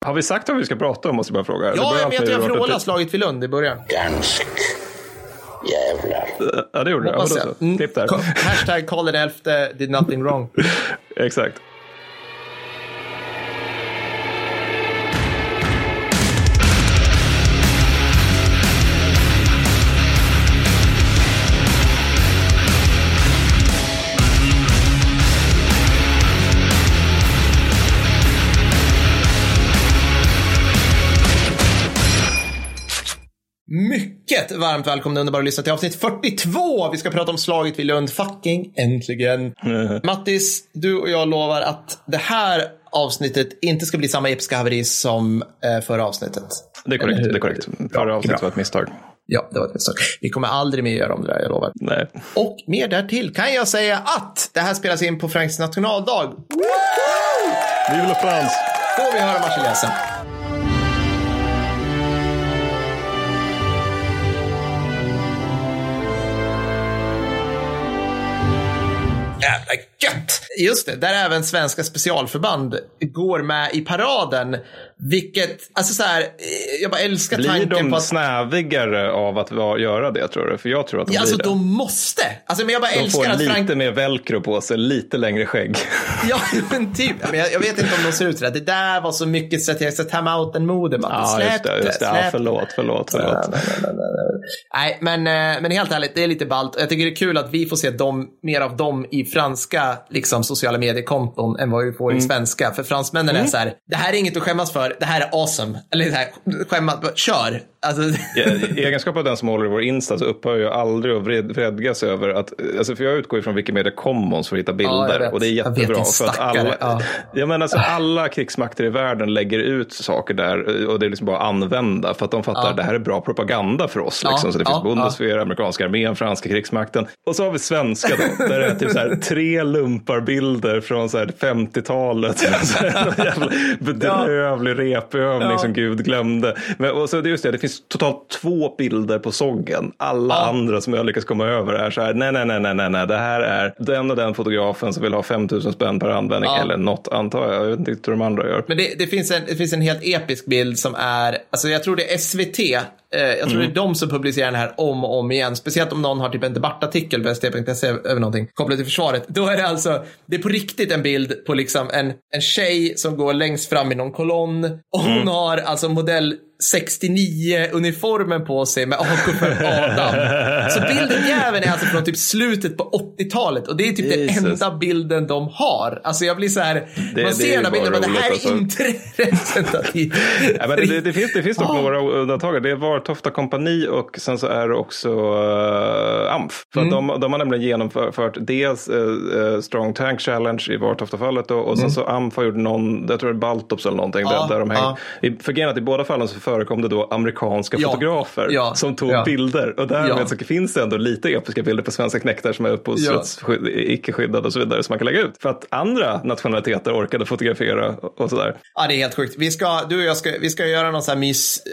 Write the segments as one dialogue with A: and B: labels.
A: Har vi sagt vad vi ska prata om, måste jag bara fråga?
B: Ja, jag vet att jag frågade slaget vid Lund i början.
C: Gansk jävlar.
A: Ja, det gjorde jag. Klipp där.
B: Hashtag Karl XI did nothing wrong.
A: Exakt.
B: Mycket varmt välkomna underbara att lyssna till avsnitt 42. Vi ska prata om slaget vid Lund. Fucking äntligen. Mattis, du och jag lovar att det här avsnittet inte ska bli samma episka haveri som förra avsnittet.
A: Det är korrekt. Förra avsnittet var ett misstag.
B: Ja, det var ett misstag. Vi kommer aldrig mer göra om det där, jag lovar.
A: Nej.
B: Och mer därtill kan jag säga att det här spelas in på Frankrikes nationaldag.
A: Vive la France!
B: Får vi höra Marseljäsen? Jävla gött! Just det, där även svenska specialförband går med i paraden. Vilket, alltså så här, jag bara älskar tanken på att...
A: Blir de snävigare av att göra det, tror du? För jag tror att de blir
B: alltså,
A: det.
B: de måste. Alltså, men jag bara älskar att
A: de får lite mer velcro på sig, lite längre skägg.
B: Ja, men typ. Jag vet inte om de ser ut det. Det där var så mycket strategiskt time-out-mode.
A: Ja, just det. Ja, förlåt.
B: Nej, men helt ärligt, det är lite ballt. Jag tycker det är kul att vi får se mer av dem i franska liksom, sociala mediekonton än vad vi får i svenska. För fransmännen är så här, det här är inget att skämmas för. Det här är awesome. Eller det här, kör. Alltså.
A: I egenskap av den som håller i vår Insta så upphör jag aldrig att vredgas över att, alltså för jag utgår ifrån Wikimedia Commons för att hitta bilder, och det är jättebra för att jag menar, alltså, alla krigsmakter i världen lägger ut saker där, och det är liksom bara att använda för att de fattar att det här är bra propaganda för oss liksom. Så det finns Bundeswehr, amerikanska armén, franska krigsmakten, och så har vi svenska då, där det är typ så här 3 lumparbilder från så här 50-talet, så här, jävla bedrövlig repövning som Gud glömde. Men, och så det är just det finns totalt 2 bilder på soggen. Alla andra som jag lyckas komma över är så här, nej, det här är den och den fotografen som vill ha 5 000 spänn per användning eller något, antar jag. Jag vet inte hur de andra gör.
B: Men det finns en helt episk bild som är, alltså jag tror det är SVT, jag tror det är de som publicerar den här om och om igen. Speciellt om någon har typ en debattartikel på st.se över någonting kopplat till försvaret. Då är det alltså, det är på riktigt en bild på liksom en tjej som går längst fram i någon kolonn. Och hon har alltså modell 69-uniformen på sig med AK för Adam. Så bilden jäveln är alltså från typ slutet på 80-talet. Och det är typ den enda bilden de har. Alltså jag blir så här, man ser den här bilden, men det här är inte representativt.
A: Ja, men det finns dock några undantag. Det var Tofta kompani, och sen så är det också AMF. För att de har nämligen genomfört dels Strong Tank Challenge i Vartofta-fallet, och sen så AMF har gjort någon, jag tror det är Baltops eller någonting, där de hänger. För att i båda fallen så förekom det då amerikanska fotografer som tog bilder, och därmed så finns det ändå lite episka bilder på svenska knektar som är upphovsrätts icke-skyddade och så vidare, som man kan lägga ut för att andra nationaliteter orkade fotografera och sådär.
B: Ja, det är helt sjukt. Du och jag ska göra någon sån här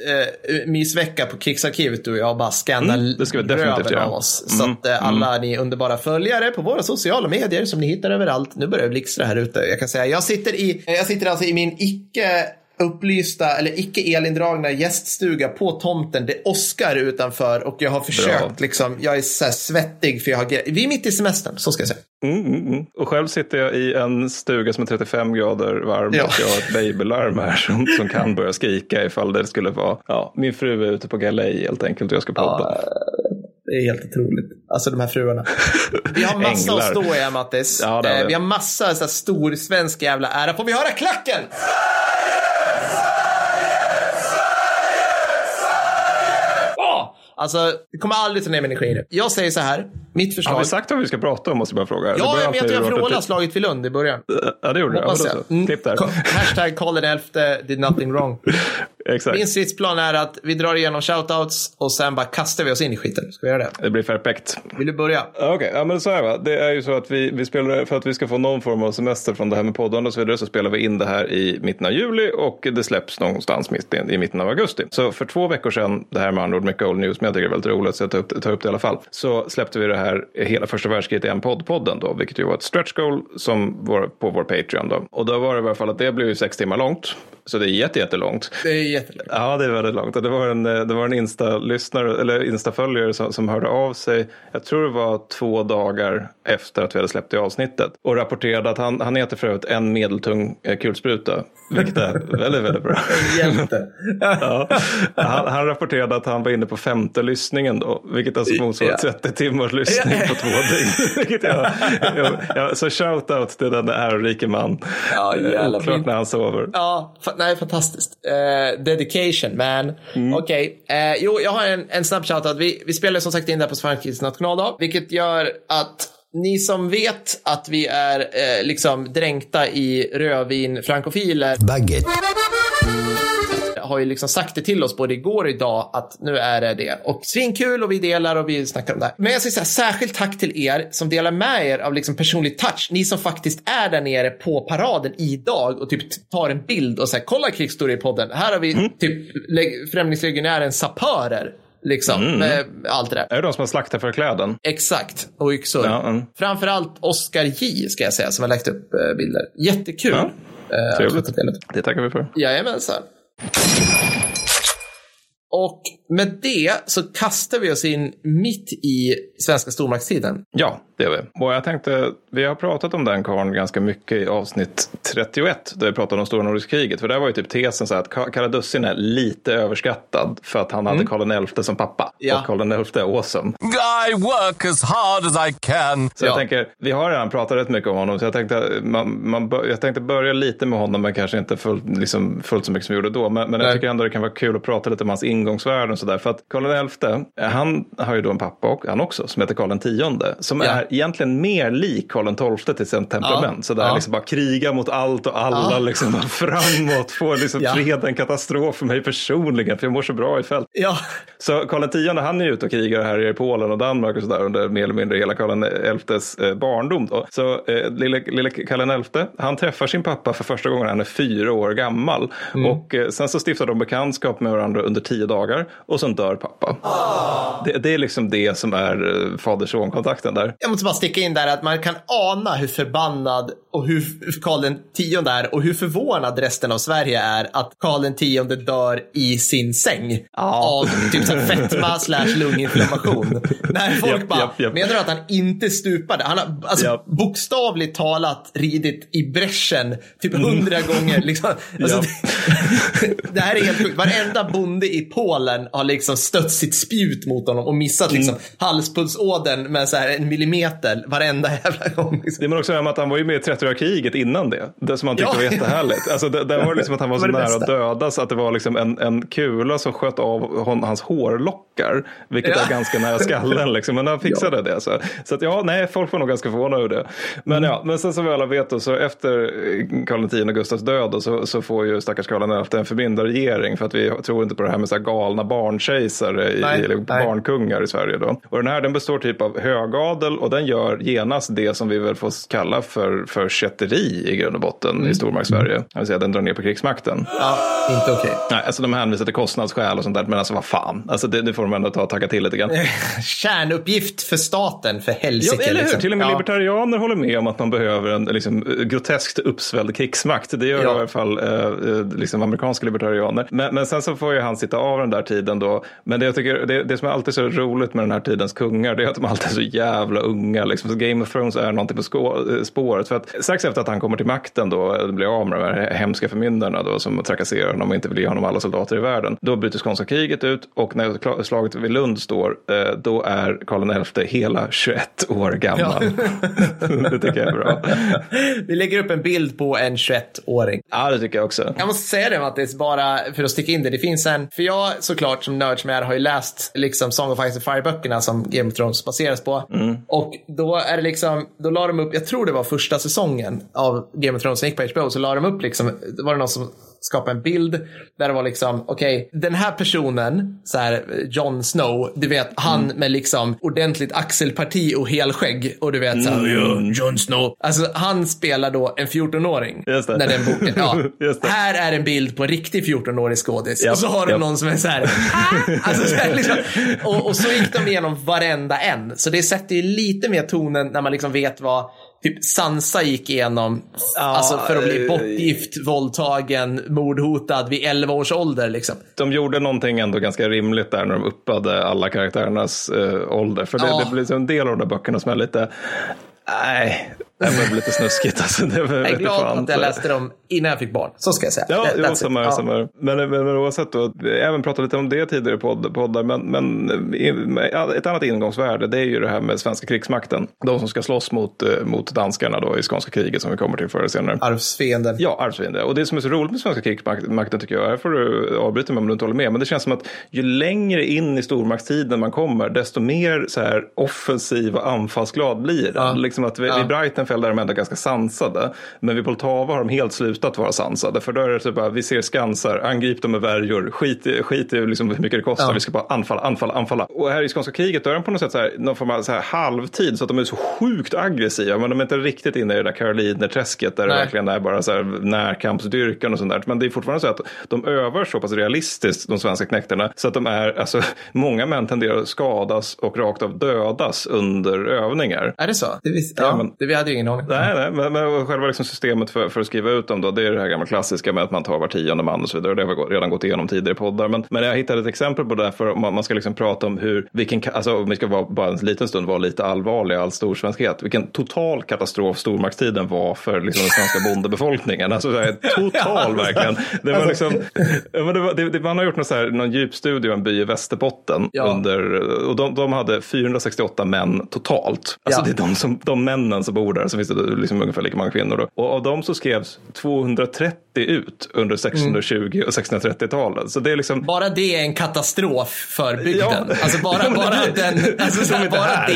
B: mysvecka på Krigsarkivet, du och jag, bara scanna röven av oss. Så att alla ni underbara följare på våra sociala medier som ni hittar överallt, nu börjar det blixtra här ute. Jag kan säga, jag sitter alltså i min upplysta eller icke elindragna gäststuga på tomten. Det är Oscar utanför, och jag har försökt liksom, jag är så här svettig för vi är mitt i semestern, så ska jag säga.
A: Och själv sitter jag i en stuga som är 35 grader varm, och jag har ett babylarm här som kan börja skrika ifall det skulle vara, min fru är ute på galej helt enkelt, och jag ska podda.
B: Det är helt otroligt. Alltså de här fruarna. Vi har massa att stå i, Mattis. Ja, vi har massa så här stor svensk jävla ära. Får vi höra klacken? Alltså, det kommer aldrig ta ner min energi. Jag säger så här, mitt förslag...
A: Har vi sagt vad vi ska prata om, måste jag bara fråga?
B: Ja, jag vet att jag frågade slaget vid Lund i början.
A: Ja, det gjorde jag. Klipp där.
B: Hashtag Karl XI did nothing wrong.
A: Exakt.
B: Min stridsplan är att vi drar igenom shoutouts och sen bara kastar vi oss in i skiten. Ska vi göra det?
A: Det blir perfekt.
B: Vill du börja?
A: Okej, ja, men så här va. Det är ju så att vi spelar, för att vi ska få någon form av semester från det här med podden och så vidare, så spelar vi in det här i mitten av juli, och det släpps någonstans i mitten av augusti. Så för 2 veckor sedan, det här med andra ord mycket old news, men jag tycker det är väldigt roligt så jag tar upp det i alla fall, så släppte vi det här hela första världskriget i en podden då, vilket ju var ett stretch goal som var på vår Patreon då. Och då var det i alla fall att det blev ju 6 timmar långt. Så det är jättelångt.
B: Det är jättelångt.
A: Ja, det är väldigt långt. Det var en Insta-lyssnare eller Insta-följare som hörde av sig. Jag tror det var 2 dagar efter att vi hade släppt det avsnittet. Och rapporterade att han heter för övrigt en medeltung kulspruta. Vilket är väldigt, väldigt bra.
B: Jätte.
A: Ja. Han rapporterade att han var inne på 5:e lyssningen då. Vilket alltså motsvarar 30 timmars lyssning på 2 dygn. Så shout-out till den ärorike man.
B: Ja, jävla
A: klart när han sover.
B: Ja, nej, fantastiskt. Dedication, man. Okej. Jo, jag har en snabb shoutout. Vi spelar som sagt in där på Sveriges nationaldag. Vilket gör att ni som vet att vi är liksom dränkta i rödvin frankofiler
D: Bagget
B: har ju liksom sagt det till oss både igår och idag att nu är det. Och svinkul och vi delar och vi snackar om det här. Men jag säger så här, särskilt tack till er som delar med er av liksom personlig touch. Ni som faktiskt är där nere på paraden idag och typ tar en bild och säger kolla Krigsstory-podden. Här har vi typ främlingslegionären sapörer. Liksom, med allt det där.
A: Är det de som har slaktat för kläden?
B: Exakt, och yxor. Ja, framförallt Oscar J, ska jag säga, som har lagt upp bilder. Jättekul.
A: Ja, trevligt. Det tackar vi för.
B: Jajamensan. Och med det så kastar vi oss in mitt i svenska stormaktstiden.
A: Ja, det gör vi. Och jag tänkte, vi har pratat om den karln ganska mycket i avsnitt 31 där vi pratade om Stora Nordiska kriget. För där var ju typ tesen så här att Karadussin är lite överskattad för att han hade Karl XI som pappa. Ja. Och Karl XI är awesome.
D: I work as hard as I can.
A: Så jag tänker, vi har redan pratat rätt mycket om honom. Så jag tänkte, jag tänkte börja lite med honom, men kanske inte fullt så mycket som vi gjorde då. Men jag tycker ändå det kan vara kul att prata lite om hans ingångsvärden och sådär. För att Karl XI, han har ju då en pappa och han också, som heter Karl X. Som är egentligen mer lik Karl XII till sin temperament. Så där liksom bara kriga mot allt och alla liksom bara framåt. Får liksom freden katastrof för mig personligen, för jag mår så bra i fält.
B: Ja.
A: Så Karl X, han är ute och krigar här i Polen och Danmark och sådär under mer eller mindre hela Karl XI:s barndom då. Så lille Karl XI, han träffar sin pappa för första gången han är 4 år gammal. Och sen så stiftar de bekantskap med varandra under 10 dagar och sen dör pappa. Det är liksom det som är fader-son-kontakten där.
B: Jag måste bara sticka in där att man kan ana hur förbannad och hur Karl X är och hur förvånad resten av Sverige är att Karl X dör i sin säng av typ så fetma / lunginflammation. När folk menar att han inte stupade. Han har alltså bokstavligt talat ridit i bräschen typ 100 gånger. Liksom. Alltså, det här är helt sjukt. Varenda bonde i Polen har liksom stött sitt spjut mot honom och missat liksom halspulsådern med så här 1 millimeter varenda jävla gång. Liksom.
A: Det är också att han var ju med i 30-åriga kriget innan det. Det som han tyckte var jättehärligt. Alltså det var liksom att han var så nära att dödas att det var liksom en kula som sköt av hans hårlockar, vilket är ganska nära skallen liksom. Men han fixade det. Så att folk var nog ganska förvånade över det. Men sen som vi alla vet då, så efter Karl X och Gustavs död så får ju stackars Karl XI en förbindarregering för att vi tror inte på det här med så här galna barnkejsare eller barnkungar i Sverige då. Och den består typ av högadel och den gör genast det som vi väl får kalla för kätteri i grund och botten i stormaktssverige. Jag vill säga den drar ner på krigsmakten.
B: Ja, inte okej.
A: Nej, alltså de hänvisar till kostnadsskäl och sånt där, men alltså vad fan. Alltså det får de ändå tagga till lite grann.
B: Kärnuppgift för staten, för helsike.
A: Ja, eller hur?
B: Liksom.
A: Till och med libertarianer håller med om att man behöver en liksom groteskt uppsvälld krigsmakt. Det gör i alla fall liksom amerikanska libertarianer. Men sen så får ju han sitta av den där tiden då. Men det jag tycker, det som är alltid så roligt med den här tidens kungar, det är att de alltid är så jävla unga. Liksom. Så Game of Thrones är någonting på spåret. För att strax efter att han kommer till makten då, blir av med de här hemska förmyndarna då, som trakasserar honom och inte vill ge honom alla soldater i världen. Då bryter skånska kriget ut och när slaget vid Lund står, då är Karl XI hela 21 år gammal. Ja. Det tycker jag är bra.
B: Vi lägger upp en bild på en 21-åring.
A: Ja, det tycker jag också.
B: Jag måste säga det, att det är bara för att sticka in det finns en, för jag såklart som nörd som jag har ju läst liksom Song of Ice and Fire-böckerna som Game of Thrones baseras på. Och då är det liksom, då la de upp, jag tror det var första säsongen av Game of Thrones som gick på HBO, så la de upp liksom, var det någon som skapa en bild där det var liksom, okej, den här personen, så här Jon Snow, du vet, han med liksom ordentligt axelparti och helskägg och du vet så här, Jon Snow. Alltså han spelar då en 14-åring.
A: Just det.
B: När den boken, här är en bild på en riktig 14-årig skådis. Och så har de någon som är så här, alltså så här liksom, och så gick de igenom varenda en. Så det sätter ju lite mer tonen när man liksom vet vad typ Sansa gick igenom alltså för att bli bortgift, våldtagen, mordhotad vid 11 års ålder liksom.
A: De gjorde någonting ändå ganska rimligt där när de uppade alla karaktärernas ålder. För det blir en del av de där böckerna som är lite... Nej, det var lite snuskigt. Alltså, det var,
B: jag är glad att jag läste dem innan jag fick barn. Så ska jag säga.
A: Ja, samma. Men oavsett då, vi även pratat lite om det tidigare poddar, men ett annat ingångsvärde, det är ju det här med svenska krigsmakten. De som ska slåss mot danskarna då i Skånska kriget som vi kommer till förr och senare.
B: Arvsfienden.
A: Ja, arvsfienden. Och det som är så roligt med svenska krigsmakten tycker jag, här får du avbryta mig om du inte håller med, men det känns som att ju längre in i stormaktstiden man kommer, desto mer så här offensiv och anfallsglad blir det. Liksom att vid Breitenfeld är de ändå ganska sansade, men vid Poltava har de helt slutat vara sansade, för då är det typ bara, vi ser skansar, angrip dem med värjor, skit i liksom hur mycket det kostar, vi ska bara anfalla. Och här i Skånska kriget då är de på något sätt så här, någon form av så här halvtid, så att de är så sjukt aggressiva, men de är inte riktigt inne i det där Karolinerträsket där det verkligen är bara så här närkampsdyrkan och sånt där, men det är fortfarande så att de övar så pass realistiskt, de svenska knäkterna, så att de är, alltså många män tenderar att skadas och rakt av dödas under övningar.
B: Är det så? Det vi hade ju ingen aning.
A: Nej, men själva liksom systemet för att skriva ut dem då, det är det här gamla klassiska med att man tar var 10:e man och så vidare. Det har vi redan gått igenom tidigare poddar. Men jag hittade ett exempel på det här, för man ska liksom prata om hur alltså om vi ska bara en liten stund vara lite allvarliga, all storsvenskhet. Vilken total katastrof stormaktstiden var för liksom den svenska bondebefolkningen. Alltså så här, total verkligen. Det var liksom, man har gjort någon djupstudie av en by i Västerbotten och de hade 468 män totalt. Alltså det är de männen som bor där, så finns det liksom ungefär lika många kvinnor då. Och av dem så skrevs 230 ut under 1620 och 1630-talen. Så det är liksom...
B: Bara det är en katastrof för bygden. Ja. Alltså bara den... Alltså
A: de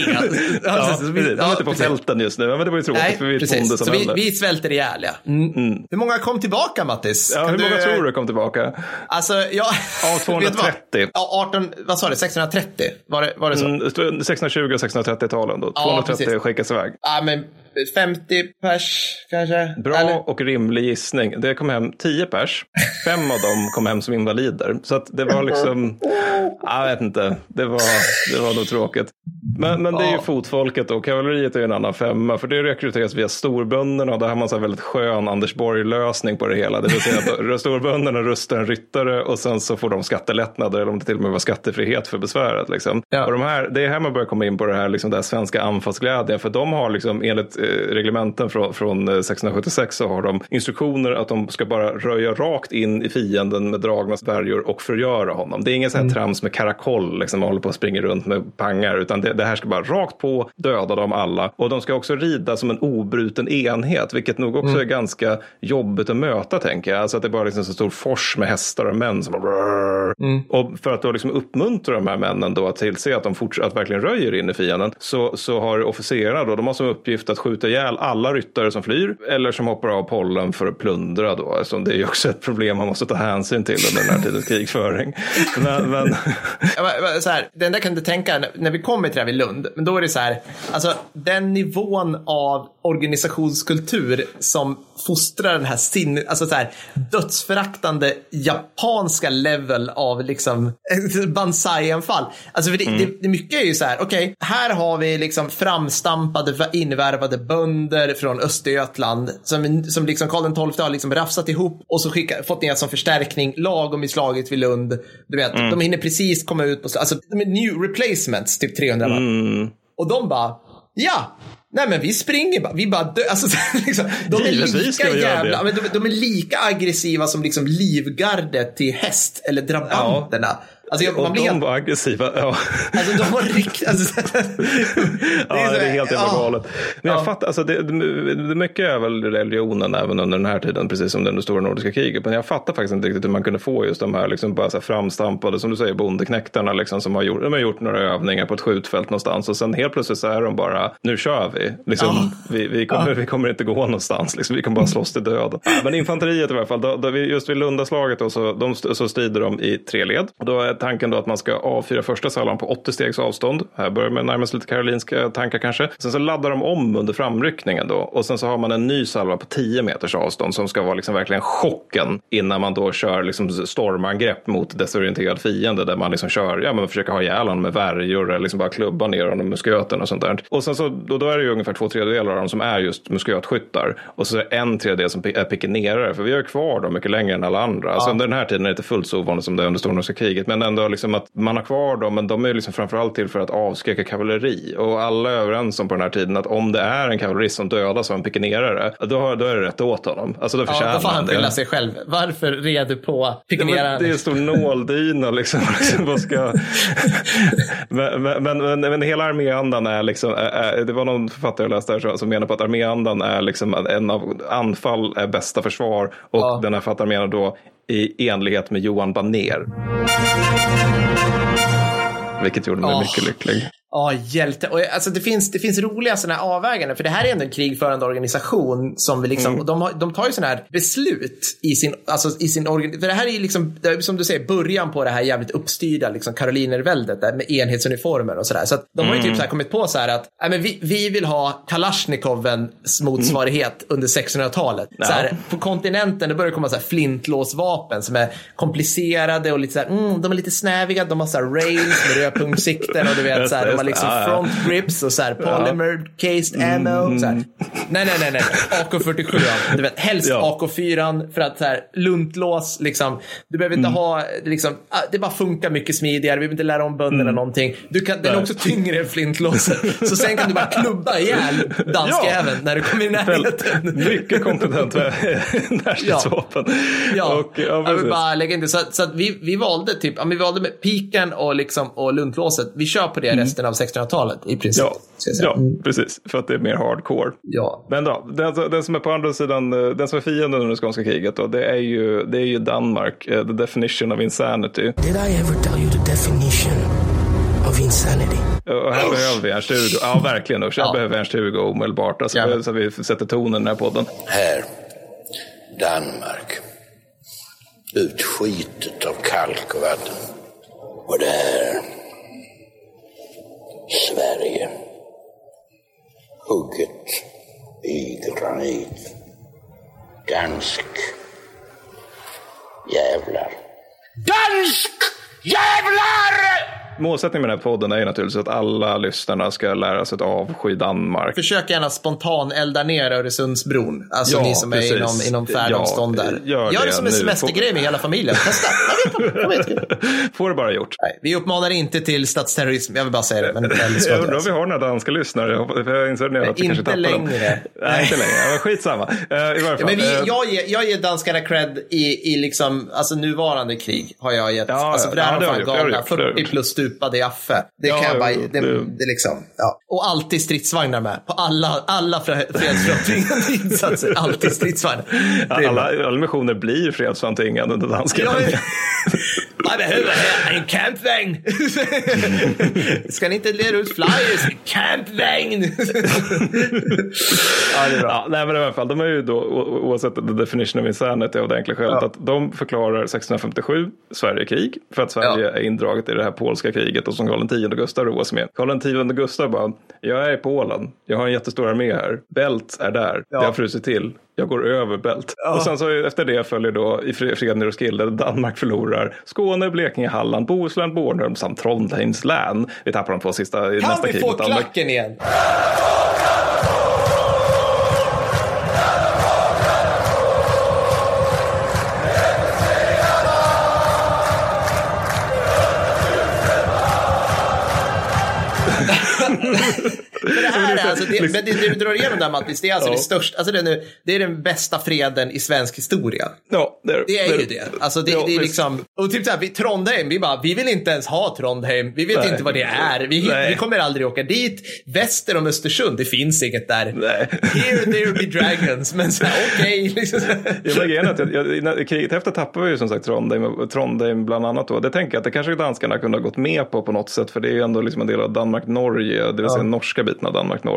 A: är inte på fälten just nu, men det var ju tråkigt för vi är ett bonde som
B: så vi svälter ihjäl, ja. Hur många kom tillbaka, Mattis?
A: Ja, hur många tror du kom tillbaka?
B: Alltså,
A: av 230.
B: Ja, 18, vad sa du? 630? Var det så?
A: 1620 och 1630-talen då. 230 skickas iväg.
B: Ja, men 50 pers kanske.
A: Bra eller? Och rimlig gissning. Det kom hem 10 pers. 5 av dem kom hem som invalider. Så att det var liksom... Jag vet inte. Det var nog tråkigt. Men det är ju fotfolket och kavalleriet är ju en annan femma. För det rekryteras via storbönderna och där har man så här väldigt skön Anders Borg-lösning på det hela. Det vill säga att storbönderna rustar en ryttare och sen så får de skattelättnader eller om det till och med var skattefrihet för besväret. Liksom. Ja. Och det är här man börjar komma in på det här, liksom, det här svenska anfallsglädjen. För de har liksom, enligt reglementen från 1676 så har de instruktioner att de ska bara röja rakt in i fienden med dragna värjor och förgöra honom. Det är ingen sån här trams med karakoll liksom, man håller på att springa runt med pangar, utan det här ska bara rakt på döda dem alla. Och de ska också rida som en obruten enhet, vilket nog också är ganska jobbigt att möta, tänker jag. Alltså att det bara är liksom så stor fors med hästar och män som och för att då liksom uppmuntra de här männen då att tillse att de att verkligen röjer in i fienden, så har officerarna då, de har som uppgift att skjuta ihjäl alla ryttare som flyr eller som hoppar av pollen för att plundra då. Alltså det är ju också ett problem man måste ta hänsyn till under den här tidens krigföring. Men...
B: så här, den där kan du tänka när vi kommer till det här vid Lund, men då är det så här, alltså den nivån av organisationskultur som fostrar den här alltså så här dödsföraktande japanska level av liksom Banzai-anfall. Alltså för det mycket är ju så här, okej, här har vi liksom framstampade invärvade bönder från Östergötland som liksom Karl XII har liksom rafsat ihop och så fått ner som förstärkning lagom i slaget vid Lund. Du vet, de hinner precis komma ut på, alltså de är new replacements typ 300 man. Och de bara, nej men vi springer bara, vi bara alltså, liksom, de är lika jävla, men de är lika aggressiva som liksom livgardet till häst eller drabanterna. Alltså,
A: och de var aggressiva. Ja.
B: Alltså de var riktigt... Alltså,
A: det är helt jävla galet. Men jag fattar, alltså det mycket är väl religionen även under den här tiden, precis som det stora nordiska kriget. Men jag fattar faktiskt inte riktigt hur man kunde få just de här liksom bara så här framstampade, som du säger, bondeknäktarna liksom, som har gjort några övningar på ett skjutfält någonstans. Och sen helt plötsligt så är de bara, nu kör vi. Liksom, vi kommer inte gå någonstans. Liksom, vi kommer bara slåss till död. Men infanteriet i alla fall, just vid Lundaslaget så strider de i 3 led. Då tanken då att man ska avfyra första salvan på 80 stegs avstånd. Här börjar man närmast lite karolinska tankar kanske. Sen så laddar de om under framryckningen då. Och sen så har man en ny salva på 10 meters avstånd som ska vara liksom verkligen chocken innan man då kör liksom stormangrepp mot desorienterad fiende där man liksom kör, man försöker ha ihjäl honom med värjor eller liksom bara klubba ner honom med musköten och sånt där. Och sen så, då är det ju ungefär 2/3 av dem som är just muskötskyttar. Och så är 1/3 som är pikenerare, för vi har kvar dem mycket längre än alla andra. Alltså under den här tiden är det inte fullt så ovanligt som det är under Stornorska kriget, men ändå liksom att man har kvar dem, men de är liksom framförallt till för att avskräcka kavalleri. Och alla är överens om på den här tiden att om det är en kavallerist som dödas av en pikenerare, då är det rätt åt honom. Alltså då förtjänar
B: då får han skylla sig själv. Varför red du på pikeneraren?
A: Det är en stor nåldyna liksom vad ska... men hela arméandan är liksom det var någon författare jag läste där som menar på att arméandan är liksom en av anfall är bästa försvar, och den här författaren menar då i enlighet med Johan Banér. Vilket gjorde mig mycket lycklig.
B: Ja, hjälte. Och alltså det finns roliga sådana här avväganden, för det här är ändå en krigförande organisation som vi liksom, de tar ju sådana här beslut i sin för det här är ju liksom, som du säger, början på det här jävligt uppstyrda liksom Karolinerväldet där med enhetsuniformer och sådär. Så att de har ju typ så här kommit på så här att men vi vill ha Kalashnikovens motsvarighet under 1600-talet. Så här, på kontinenten det börjar komma så här flintlåsvapen som är komplicerade och lite så här, de är lite snäviga, de har så här rails med rödpunktssikten och du vet så här, de har liksom front grips och så här polymer cased ammo så här. Nej. AK47, du vet, helst AK4 för att så här luntlås liksom. Du behöver inte ha liksom, det bara funkar mycket smidigare. Vi behöver inte lära om bönderna någonting. Den är också tyngre än flintlåsen. Så sen kan du bara klubba ihjäl danskjäveln när du kommer i närheten.
A: Mycket kompetent närstridsvapen.
B: Jag vill bara lägga in det så att vi valde typ, vi valde med piken och liksom och luntlåset. Vi kör på det resten av 1600-talet i princip.
A: Precis. För att det är mer hardcore.
B: Ja.
A: Men då, den som är på andra sidan, den som är fienden under det skånska kriget då, det är ju Danmark. The definition of insanity.
C: Did I ever tell you the definition of insanity?
A: Och här behöver vi Ernst Hugo. Ja, verkligen. Och här behöver vi Ernst Hugo omedelbart. Alltså, så vi sätter tonen i den här podden.
C: Här, Danmark. Utskitet av kalk och vatten. Och det här, Sverige. Hugget i granit. Dansk jävlar. Dansk jävlar!
A: Målsättningen med den här podden är ju naturligtvis att alla lyssnarna ska lära sig att avsky Danmark.
B: Försök gärna spontan elda ner Öresundsbron. Alltså ni som är inom färdavstånd där. Gör det som en semestergrej med hela familjen. Testa.
A: Får det bara gjort.
B: Nej, vi uppmanar inte till statsterrorism. Jag vill bara säga det. Men
A: jag undrar om vi har några danska lyssnare. Jag inser nu att vi kanske tappar
B: längre.
A: Dem. Nej, inte längre. Men skitsamma. I varje fall.
B: Men jag ger danskarna cred i liksom, alltså nuvarande krig har jag gett. Alltså för det här har galna 40 plus stupade i affe. Det kan jag bara, det liksom, Och alltid stridsvagnar med. På alla fredsframtvingande insatser. Alltid stridsvagnar.
A: Alla missioner blir fredsframtvingande under danska.
B: Jag behöver en campvagn. Ska ni inte leda ut flyers? Campvagn.
A: Det är bra. Nej, men i alla fall, de är ju då, oavsett the definition of insanity, av det enkla skälet att de förklarar 1657 Sverigekrig för att Sverige är indraget i det här polska kriget och som Karl X Gustav roas med. Karl X Gustav bara, jag är i Polen, jag har en jättestor armé här, Bält är där, jag har frusit till. Jag går över Bält. Och sen så efter det följer då i freden i Roskilde, Danmark förlorar Skåne, Blekinge, Halland, Bohuslän, Bornholm samt Trondheims län. Vi tappar de två sista i nästa krig.
B: Kan vi få klacken igen? Det här är alltså, men det du drar igenom där, Mattis, det är alltså det största, alltså det är den bästa freden i svensk historia.
A: Ja, det är
B: ju det. Alltså det är liksom, och typ så här, Trondheim, vi vill inte ens ha Trondheim. Vi vet inte vad det är. Vi kommer aldrig åka dit. Väster om Östersund, det finns inget där.
A: Nej.
B: Here there be dragons, men så okej. Liksom.
A: I kriget efter tappade vi ju som sagt Trondheim bland annat då. Det tänker jag att det kanske danskarna kunde ha gått med på något sätt, för det är ju ändå liksom en del av Danmark-Norge, det vill säga norska biten av Danmark-Norge.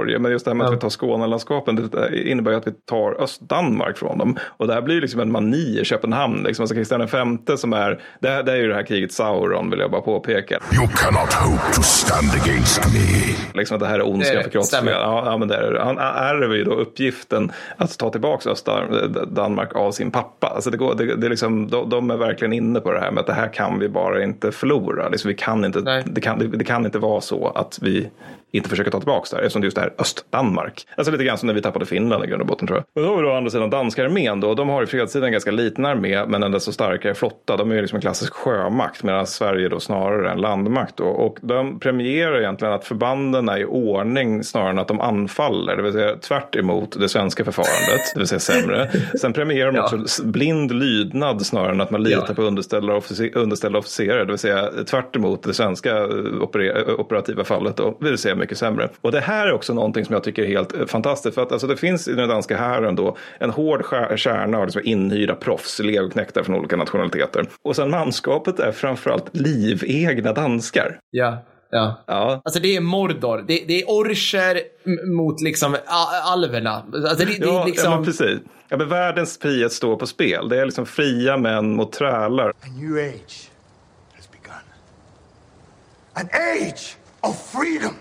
A: Norge, men just det här med att vi tar Skånelandskapen, det innebär ju att vi tar Östdanmark från dem. Och det här blir liksom en mani i Köpenhamn. Liksom. Alltså Kristian V som är, det är ju det här kriget Sauron, vill jag bara påpeka.
E: You cannot hope to stand against me.
A: Liksom att det här är ondska för kroppsliga. Ja, men det är, han ärver ju då uppgiften att ta tillbaka Östdanmark av sin pappa. Alltså det är liksom, de är verkligen inne på det här med att det här kan vi bara inte förlora. Liksom vi kan inte, det kan inte vara så att vi inte försöker ta tillbaka där, eftersom det just är Östdanmark. Alltså lite grann som när vi tappade Finland i grund och botten, tror jag. Men då har vi då andra sidan danska armén då. De har i fredstiden en ganska liten armé, men en desto starkare flotta. De är ju liksom en klassisk sjömakt, medan Sverige då snarare en landmakt då. Och de premierar egentligen att förbanden är i ordning snarare än att de anfaller. Det vill säga tvärt emot det svenska förfarandet, det vill säga sämre. Sen premierar de också blind lydnad snarare än att man litar på underställda officerare. Det vill säga tvärt emot det svenska operativa fallet då. Det vill säga mycket sämre. Och det här är också någonting som jag tycker är helt fantastiskt, för att alltså, det finns i den danska hären då en hård kärna av liksom inhyrda proffs, legoknektar från olika nationaliteter. Och sen manskapet är framförallt livegna danskar.
B: Ja. Alltså det är Mordor. Det är orcher mot liksom alverna. Alltså det är liksom...
A: Ja, men precis. Ja, men världens frihet står på spel. Det är liksom fria män mot trälar.
E: A new age has begun. An age of freedom.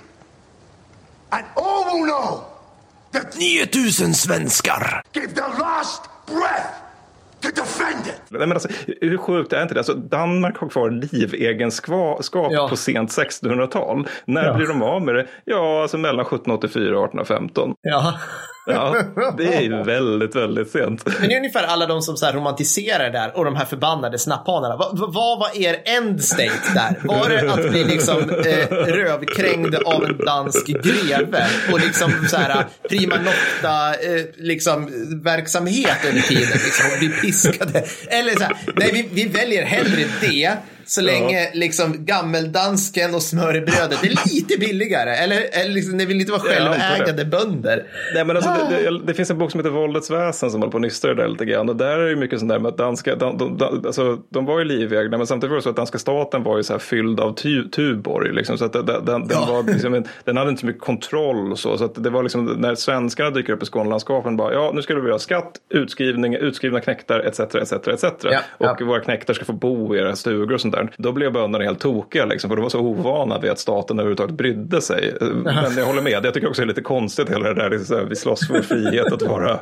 E: And all will know that
C: 9000 svenskar
E: gave their last breath to defend it.
A: Nej, men alltså, hur sjukt är inte det? Alltså, Danmark har kvar livegenskap på sent 1600-tal. När blir de av med det? Ja, alltså mellan 1784 och 1815. Ja, det är ju väldigt, väldigt sent.
B: Men det är ungefär alla de som så här romantiserar där och de här förbannade snapphanarna. Vad var er end state där? Var det att bli liksom rövkrängd av en dansk greve och liksom så här prima nocta liksom verksamhet under tiden liksom, och bli piskade? Eller så här, nej, vi väljer hellre det så länge liksom gammeldansken och smörrebrödet är lite billigare. Eller liksom, det vill inte vara självägande bönder.
A: Nej, men alltså, det finns en bok som heter Våldets väsen som håller på att nystra där lite grann. Och där är det mycket sånt där med att danska, alltså, de var ju livegna, men samtidigt var det så att danska staten var ju så här fylld av Tuborg. Liksom, så att den var liksom, den hade inte så mycket kontroll och så att det var liksom, när svenskarna dyker upp i Skånelandskapen bara, nu skulle vi ha skatt, utskrivna knektar, etc. Och våra knektar ska få bo i era stugor och sånt där. Då blev bönderna helt tokiga liksom, för de var så ovana vid att staten överhuvudtaget brydde sig. Men jag håller med, jag tycker också det är lite konstigt hela det där, liksom, vi slåss för frihet att vara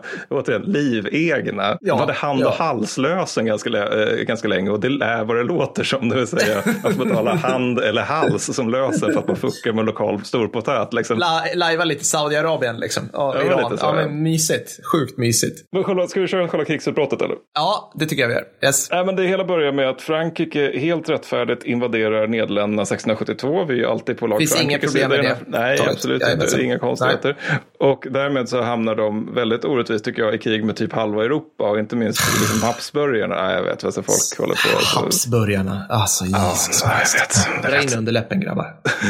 A: livegna. De hade hand- och halslösen ganska länge, och det är vad det låter som, det vill säga att betala hand eller hals som lösen för att man fuckar med lokal storpotät. Liksom.
B: Lajva lite Saudiarabien liksom. Iran. Men mysigt. Sjukt mysigt.
A: Men ska vi köra själva krigsutbrottet eller?
B: Ja, det tycker jag vi gör. Yes.
A: Men det hela börjar med att Frankrike helt rättfärdigt invaderar Nederländerna 1672. Vi är ju alltid på lag
B: Frankrike. Finns inga problem med det.
A: Nej, absolut inte. Det är inga konstigheter. Och därmed så hamnar de väldigt orättvist, tycker jag, i krig med typ halva Europa, och inte minst liksom Habsburgarna. Jag vet vad så folk håller på.
B: Habsburgarna. Alltså, Jesus.
A: Jag
B: vet. Dra in under läppen, grabbar.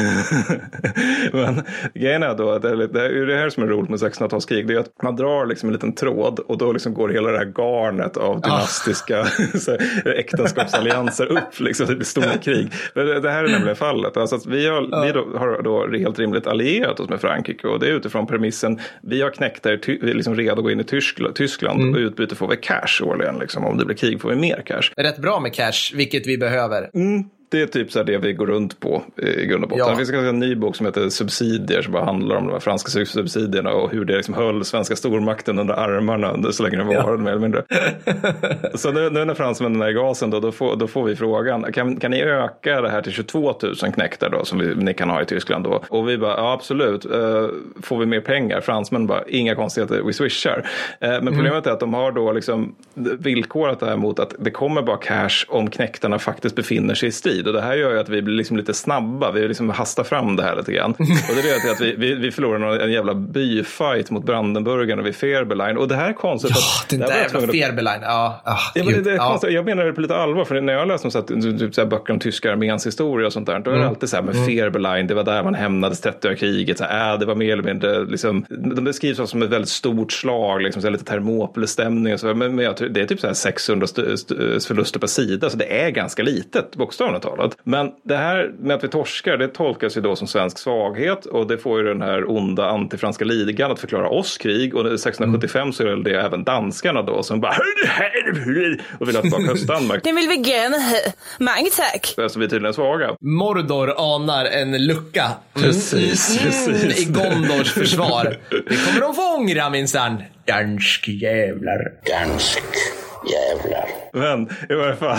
A: Men grejen är då att det är det här som är roligt med 1600-talskrig. Det är att man drar liksom en liten tråd, och då liksom går hela det här garnet av dynastiska äktenskapsallianser upp liksom till stora krig. Det här är nämligen fallet. Alltså att vi har då helt rimligt allierat oss med Frankrike, och det är utifrån premissen vi har knektar liksom redo att gå in i Tyskland och utbyte får vi cash årligen. Liksom. Om det blir krig får vi mer cash.
B: Det är rätt bra med cash, vilket vi behöver.
A: Det är typ så här det vi går runt på i grund och botten. Det finns en ny bok som heter Subsidier, som bara handlar om de här franska subsidierna och hur det liksom höll svenska stormakten under armarna så länge det var mer eller mindre. Så nu när fransmännen är i gasen då får vi frågan, kan ni öka det här till 22 000 knektar då, som ni kan ha i Tyskland då? Och vi bara, ja absolut, får vi mer pengar? Fransmännen bara, inga konstigheter, vi swishar. Men problemet är att de har då liksom villkorat det här mot att det kommer bara cash om knektarna faktiskt befinner sig i strid. Och det här gör ju att vi blir liksom lite snabba. Vi liksom hastar fram det här lite grann. Och det leder till att vi förlorar en jävla byfight mot Brandenburgarna vid Fehrbelein. Och det här är konstigt.
B: Den där jävla Fehrbelein.
A: Det är konstigt. Jag menar det på lite allvar. För när jag läser typ så här böcker om tyska arméns historia och sånt där, då är det alltid så här med Fehrbelein. Det var där man hämnades 30 kriget. Så här, det var mer eller mindre liksom, de beskrivs som ett väldigt stort slag. Liksom, så här, lite Thermopyles-stämning. Och så, men det är typ så här 600 förluster per sida. Så det är ganska litet, bokstavligt. 1600-talet. Men det här med att vi torskar, det tolkas ju då som svensk svaghet, och det får ju den här onda antifranska ligan att förklara oss krig, och 1675 så är det även danskarna då som bara och vill ha tillbaka Östdanmark.
F: Det vill vi gärna ha. Många tack.
A: Så vi är tydligen svaga.
B: Mordor anar en lucka.
A: Precis.
B: I Gondors försvar. Det kommer de få ångra minsann. Dansk jävlar.
A: Men i varje fall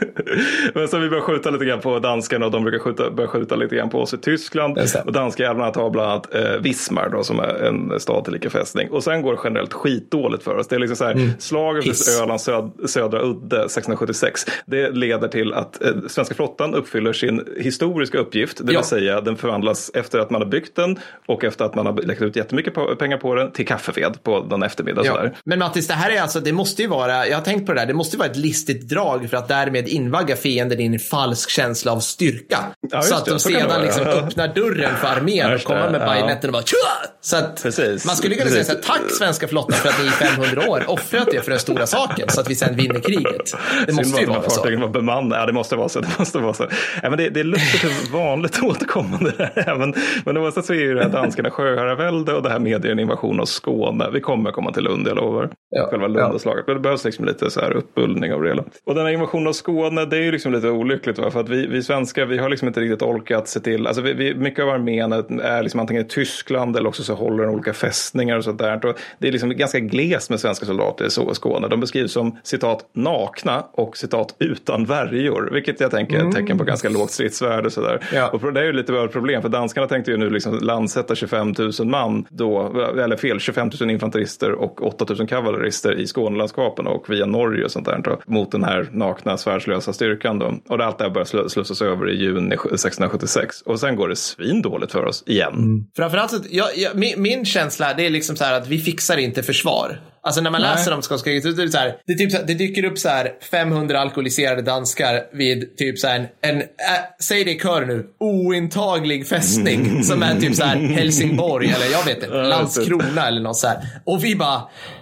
A: men så vi börjar skjuta lite grann på danskarna, och de brukar börja skjuta lite grann på oss i Tyskland, och danska jävlarna tar bland annat Wismar då, som är en stad till lika fästning, och sen går det generellt skitdåligt för oss. Det är liksom så här, slaget för Ölands södra udde 1676, det leder till att svenska flottan uppfyller sin historiska uppgift, det vill säga den förvandlas efter att man har byggt den och efter att man har lagt ut jättemycket pengar på den till kaffeved på den eftermiddag. Sådär.
B: Men Mattis, det här är alltså, det måste ju vara, jag har tänkt på det där, det måste vara ett listigt drag för att därmed invagga fienden i en falsk känsla av styrka. Ja, så att de sedan liksom öppnar dörren för armén och kommer med bajonetten och bara tja! Så att man skulle kunna säga så här, tack svenska flottan för att ni i 500 år offrat er för den stora saken så att vi sen vinner kriget. Det måste ju vara så.
A: Ja, det måste vara så. Ja, men det är lustigt vanligt återkommande där. Men oavsett så är ju det här danskarna sjöherravälde, och det här medger en invasion av Skåne. Vi kommer komma till Lund, jag lovar. Själva Lundaslaget. Men det behövs liksom lite så här uppbullning av det hela. Och den här invasionen av Skåne, det är ju liksom lite olyckligt, va? För att vi svenskar, vi har liksom inte riktigt orkat se till, alltså mycket av armén är liksom antingen i Tyskland eller också så håller de olika fästningar och sånt där. Och det är liksom ganska glest med svenska soldater i Skåne. De beskrivs som citat nakna och citat utan värjor, vilket jag tänker är ett tecken på ganska lågt stridsvärde och sådär. Ja. Och det är ju lite av ett problem, för danskarna tänkte ju nu liksom landsätta 25 000 man då, eller fel, 25 000 infanterister och 8 000 kavallerister i Skånelandskapen och via Norge och sånt där då, mot den här nakna svärdslösa styrkan då. Och allt det här börjar slussas över i juni 1676. Och sen går det svindåligt för oss igen.
B: Framförallt, min känsla, det är liksom så här att vi fixar inte försvar. Alltså när man läser om skånska kriget, det är så här, det dyker upp så här 500 alkoholiserade danskar vid typ så här säg det i kör nu, ointaglig fästning som är typ så här Helsingborg eller jag vet inte, Landskrona eller något så här. Och vi bara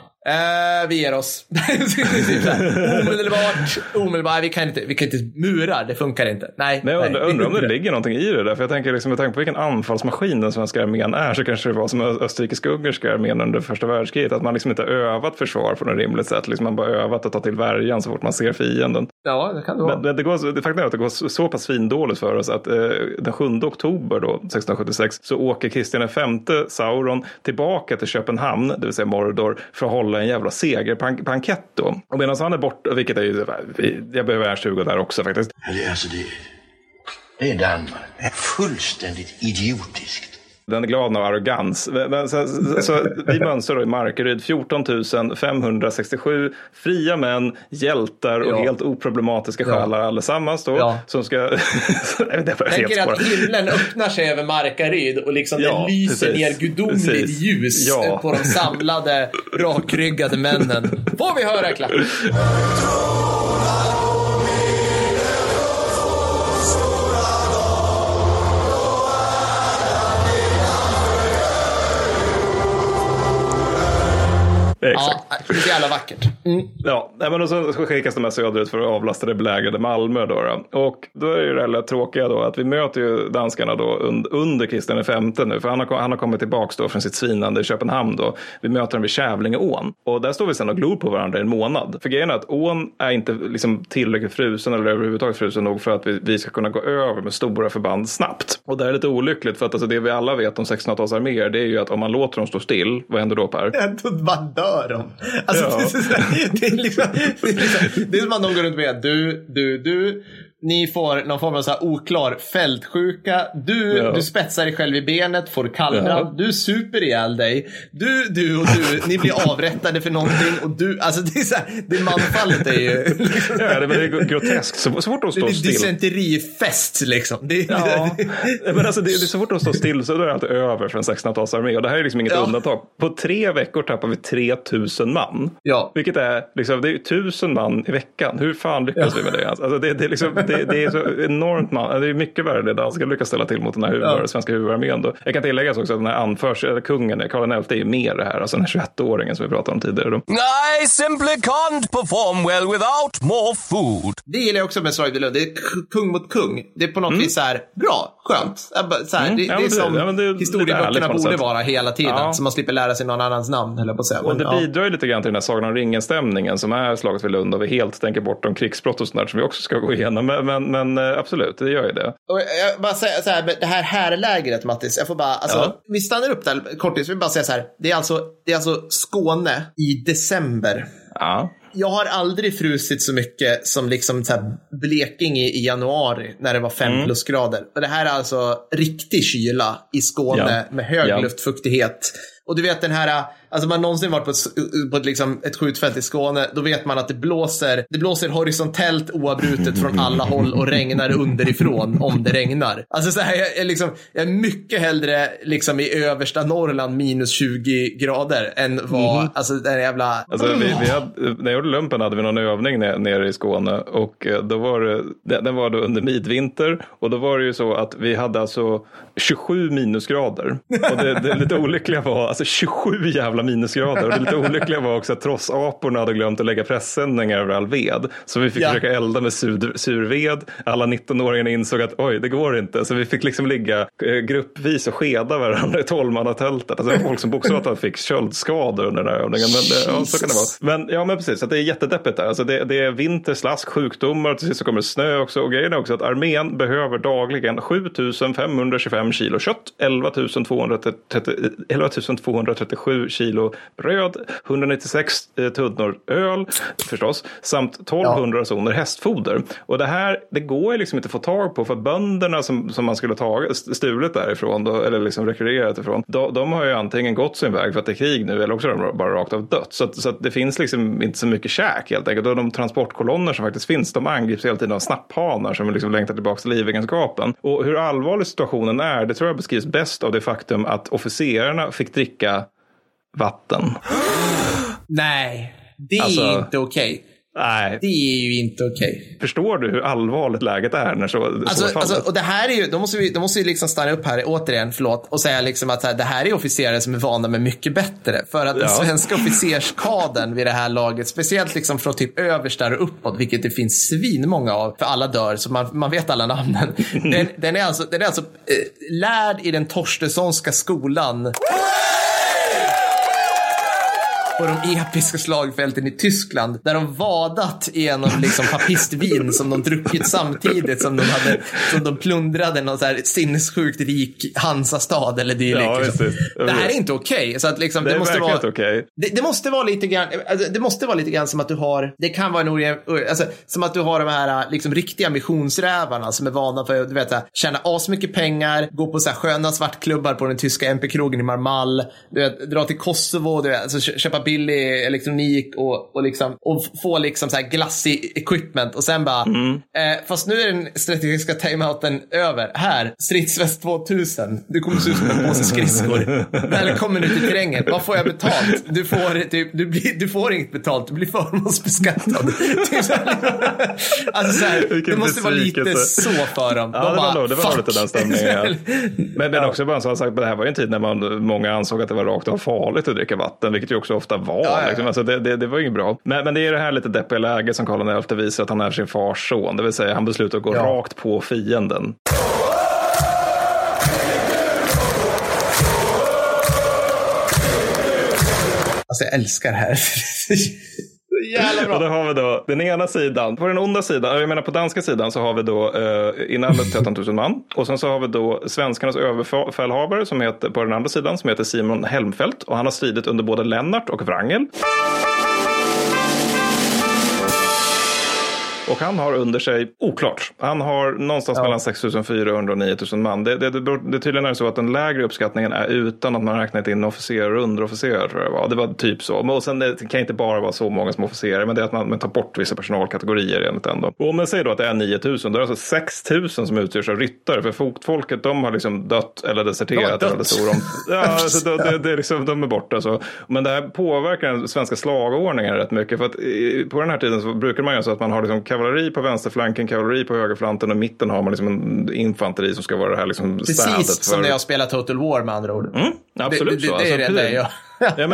B: vi ger oss. Omedelbart. Vi kan inte mura, det funkar inte. Nej.
A: Jag undrar om det ligger någonting i det där, för jag tänker liksom, med tanke på vilken anfallsmaskin den svenska armén är, så kanske det var som österrikisk-ungerska armén under första världskriget, att man liksom inte övat försvar på något rimligt sätt. Liksom man bara övat att ta till värjan så fort man ser fienden.
B: Ja, det kan det vara.
A: Men det faktum är att det går så pass findåligt för oss att den 7 oktober då, 1676, så åker Kristian V Sauron tillbaka till Köpenhamn, det vill säga Mordor, för att hålla en jävla segerbankett då. Och medan han är borta, vilket är ju, jag behöver R20 där också faktiskt.
E: Alltså det är Danmark. Det är fullständigt idiotiskt.
A: Den är glad av arrogans. Så vi mönstrar då i Markaryd 14 567 fria män, hjältar och helt oproblematiska själar allesammans då. Som ska...
B: Tänker att himlen öppnar sig över Markaryd och liksom det lyser ner gudomligt ljus på de samlade rakryggade männen. Får vi höra klapp?
A: Exakt.
B: Ja, det är jävla vackert.
A: Ja, men då så skickas de här söderut för att avlasta det belägrade Malmö då. Och då är det rätt tråkiga då att vi möter ju danskarna då under Kristian V nu, för han har kommit tillbaks då från sitt svinande i Köpenhamn då. Vi möter dem vid Kävlingeån, och där står vi sen och glor på varandra i en månad. För grejen är att ån är inte liksom tillräckligt frusen eller överhuvudtaget frusen nog för att vi ska kunna gå över med stora förband snabbt. Och det är lite olyckligt, för att alltså, det vi alla vet om 1600-talsarméer, det är ju att om man låter dem stå still, vad händer då, Per?
B: Man dör dem. Alltså, det är som att någon går runt med du ni får någon form av så här oklar fältsjuka. Du spetsar dig själv i benet, får kallra. Du super ihjäl dig. Du och du, ni blir avrättade för någonting. Och du, alltså det är så här, det manfallet är ju liksom,
A: det är groteskt. Så fort de står still.
B: Det är dysenterifest liksom.
A: Men alltså det är så fort de står still så är det alltid över för en 1600-talsarmé. Och det här är liksom inget undantag. På 3 veckor tappar vi 3000 man. man.
B: Ja.
A: Vilket är liksom, det är 1000 man i veckan. Hur fan lyckas vi med det? Alltså det är liksom, det är så enormt man. Det är mycket värre det danska lyckas ställa till mot den här svenska huvudarmén då. Jag kan tillägga också att den här kungen, Karl XI, är ju mer det här. Alltså den här 21-åringen som vi pratade om tidigare då.
D: I simply can't perform well without more food.
B: Det gillar jag också med Slaget vid Lund. Det är kung mot kung. Det är på något vis så här bra, skönt. Så här, det är som historieböckerna borde vara hela tiden. Så man slipper lära sig någon annans namn, eller på att säga.
A: Och det bidrar ju lite grann till den här Sagan om ringen-stämningen som är Slaget vid Lund, och vi helt tänker bort om krigsbrott och sånt som vi också ska gå igenom. Men absolut, det gör ju det.
B: Och jag bara säga så här, det här lägret, Mattis, jag får bara, vi stannar upp där kortvis, vi bara säga så här, det är alltså Skåne i december.
A: Ja.
B: Jag har aldrig frusit så mycket som liksom så här Blekinge i januari när det var 5 plusgrader. Och det här är alltså riktig kyla i Skåne med hög luftfuktighet. Och du vet den här, alltså man någonsin varit på liksom ett skjutfält i Skåne, då vet man att det blåser horisontellt oavbrutet från alla håll och regnar underifrån om det regnar. Alltså så här, jag är mycket hellre liksom i översta Norrland minus 20 grader än vad, alltså den jävla...
A: Alltså vi hade, när jag gjorde lumpen hade vi någon övning nere i Skåne, och då var den var då under midvinter, och då var det ju så att vi hade alltså 27 minusgrader. Och det lite olyckliga var alltså 27 jävla minusgrader. Och det lite olyckliga var också att trossaporna hade glömt att lägga pressändningar över all ved. Så vi fick försöka elda med surved. Alla 19-åringarna insåg att oj, det går inte. Så vi fick liksom ligga gruppvis och skeda varandra i 12-mannatältet. Alltså det var folk som bokstavligt fick köldskador under den här övningen. Men så kan det vara. Men precis, så det är jättedeppigt där. Alltså det är vinter, slask, sjukdomar, och till sist så kommer snö också. Och grejen är också att armén behöver dagligen 7525 kilo kött, 11 237 kilo bröd, 196 tunnor öl förstås, samt 1200 rationer hästfoder. Och det går ju liksom inte att få tag på, för bönderna som man skulle ta stulet därifrån då, eller liksom rekvirerat ifrån, de har ju antingen gått sin väg för att det är krig nu, eller också har de bara rakt av dött. Så att det finns liksom inte så mycket käk helt enkelt. Och de transportkolonner som faktiskt finns, de angrips hela tiden av snapphanar som liksom längtar tillbaka till livegenskapen. Och hur allvarlig situationen är, det tror jag beskrivs bäst av det faktum att officerarna fick dricka vatten.
B: Nej, det är inte okej.
A: Nej.
B: Det är ju inte okej.
A: Förstår du hur allvarligt läget är när så
B: alltså, och det här är ju, då måste vi liksom stanna upp här återigen, och säga liksom att det här är officerare som är vana med mycket bättre, för att den svenska officerskadern vid det här laget, speciellt liksom från typ överstar och uppåt, vilket det finns svinmånga av, för alla dör så man vet alla namnen. Den är alltså lärd i den Torstenssonska skolan på de episka slagfälten i Tyskland, där de vadat igenom liksom papistvin som de druckit samtidigt som de plundrade någon så här sinnessjukt rik Hansastad eller dylikt. Ja, liksom. Det här är inte okej. Så att liksom, det måste vara
A: okay.
B: Det måste vara lite grann, alltså, det måste vara lite grann som att du har, det kan vara som att du har de här liksom riktiga missionsrävarna som är vana för, du vet, så här, tjäna asmycket pengar, gå på så här sköna svartklubbar på den tyska MP-krogen i Marmall, du vet, dra till Kosovo, du vet, alltså, köpa billig elektronik och få liksom så här glassig equipment, och sen bara fast nu är den strategiska timeouten över. Här, stridsväst 2000, du kommer se ut som en påse skridskor. Välkommen ut i terrängen. Vad får jag betalt? Du får inget betalt, du blir förmånsbeskattad. Alltså så här, det måste vara lite så för dem.
A: Ja, det var lite den stämningen. Men det är också bara så sagt, det här var ju en tid när många ansåg att det var rakt av farligt att dricka vatten, vilket ju också ofta var. Liksom. Alltså det var ju inget bra. Men det är det här lite deppiga läget som Karl XI visar att han är sin fars son. Det vill säga han beslutar att gå rakt på fienden.
B: Alltså jag älskar det här.
A: Och då har vi då den ena sidan, på den onda sidan, jag menar på danska sidan, så har vi då inalles 13 000 man, och sen så har vi då svenskarnas överbefälhavare som heter, på den andra sidan, som heter Simon Helmfelt, och han har stridit under både Lennart och Wrangel. Och han har under sig, oklart, han har någonstans mellan 6400 och 9000 man. Det tydligen är så att den lägre uppskattningen är utan att man räknat in officerare och underofficerare, tror jag var. Det var typ så. Och sen det kan inte bara vara så många som officerare, men det är att man tar bort vissa personalkategorier enligt ändå. Och om man säger då att det är 9000, då är det alltså 6000 som utgörs av ryttare. För fotfolket, de har liksom dött eller deserterat. Eller så. Alltså, det är liksom, de är borta. Så. Men det här påverkar den svenska slagordningen rätt mycket. För att på den här tiden så brukar man göra så att man har liksom kavalleri på vänsterflanken, kavalleri på högerflanken, och i mitten har man liksom en infanteri som ska vara det här liksom städet.
B: Precis som när jag spelar Total War, med andra ord.
A: Absolut så.
B: Det är det, ja.
A: Ja, men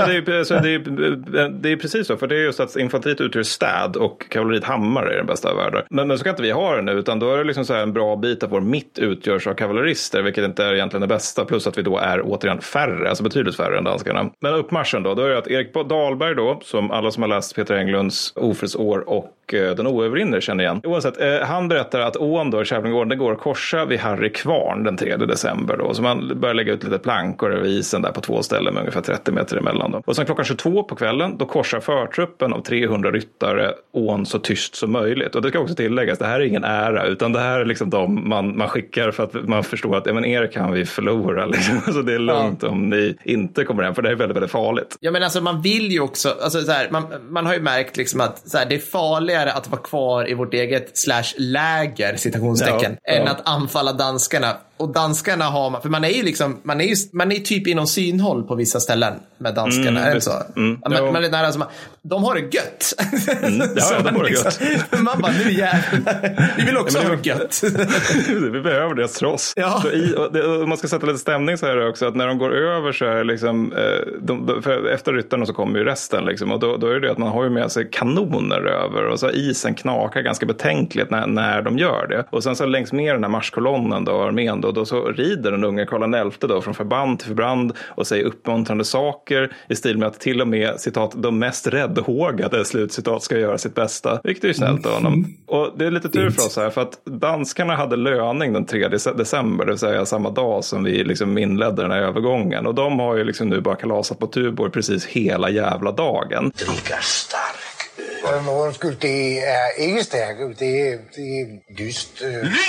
A: det är precis så, för det är just att infanteriet utgör städ och kavalleriet hammare är den bästa av världar. Men så kan inte vi ha det nu, utan då är det liksom så här en bra bit av vår mitt utgörs av kavallerister, vilket inte är egentligen det bästa, plus att vi då är återigen färre, alltså betydligt färre än danskarna. Men uppmarschen då är det att Erik Dahlberg då, som alla som har läst Peter Englunds Ofridsår och Den oövervinner känner igen. Oavsett, han berättar att ån då, Kävlinggården, det går att korsa vid Harry Kvarn den 3 december då. Så man börjar lägga ut lite plankor över isen där på 2 ställen med ungefär 30 meter emellan då. Och sen klockan 22 på kvällen, då korsar förtruppen av 300 ryttare ån så tyst som möjligt. Och det ska också tilläggas, det här är ingen ära, utan det här är liksom de man skickar för att man förstår att men er kan vi förlora liksom. Alltså det är lugnt om ni inte kommer hem, för det är väldigt, väldigt farligt.
B: Ja, men alltså man vill ju också, alltså så här, man har ju märkt liksom att så här, det är farligare att vara kvar i vårt eget /läger, citationstecken, än att anfalla danskarna. Och danskarna har man, för man är ju liksom, man är typ inom synhåll på vissa ställen med danskarna, är det så? Man är nära, alltså, de har det gött.
A: Ja, de har det gött.
B: Man bara, nu jävlar, vi vill också ha det gött.
A: Vi behöver deras tross. Ja. Och man ska sätta lite stämning så här också, att när de går över så är liksom, för efter ryttarna så kommer ju resten liksom, och då är det att man har ju med sig kanoner över, och så isen knakar ganska betänkligt när de gör det. Och sen så längs med den här marschkolonnen då, armén då så rider den unga Karl XI då från förband till förband och säger uppmuntrande saker i stil med att till och med, citat, de mest räddhågade, slutcitat, ska göra sitt bästa. Vilket är ju snällt av honom. Och det är lite tur för oss här, för att danskarna hade löning den 3 december, det vill säga samma dag som vi liksom inledde den här övergången. Och de har ju liksom nu bara kalasat på Tuborg precis hela jävla dagen.
C: Dricka stark.
E: Undskyld, det är inte stark, det är dyst.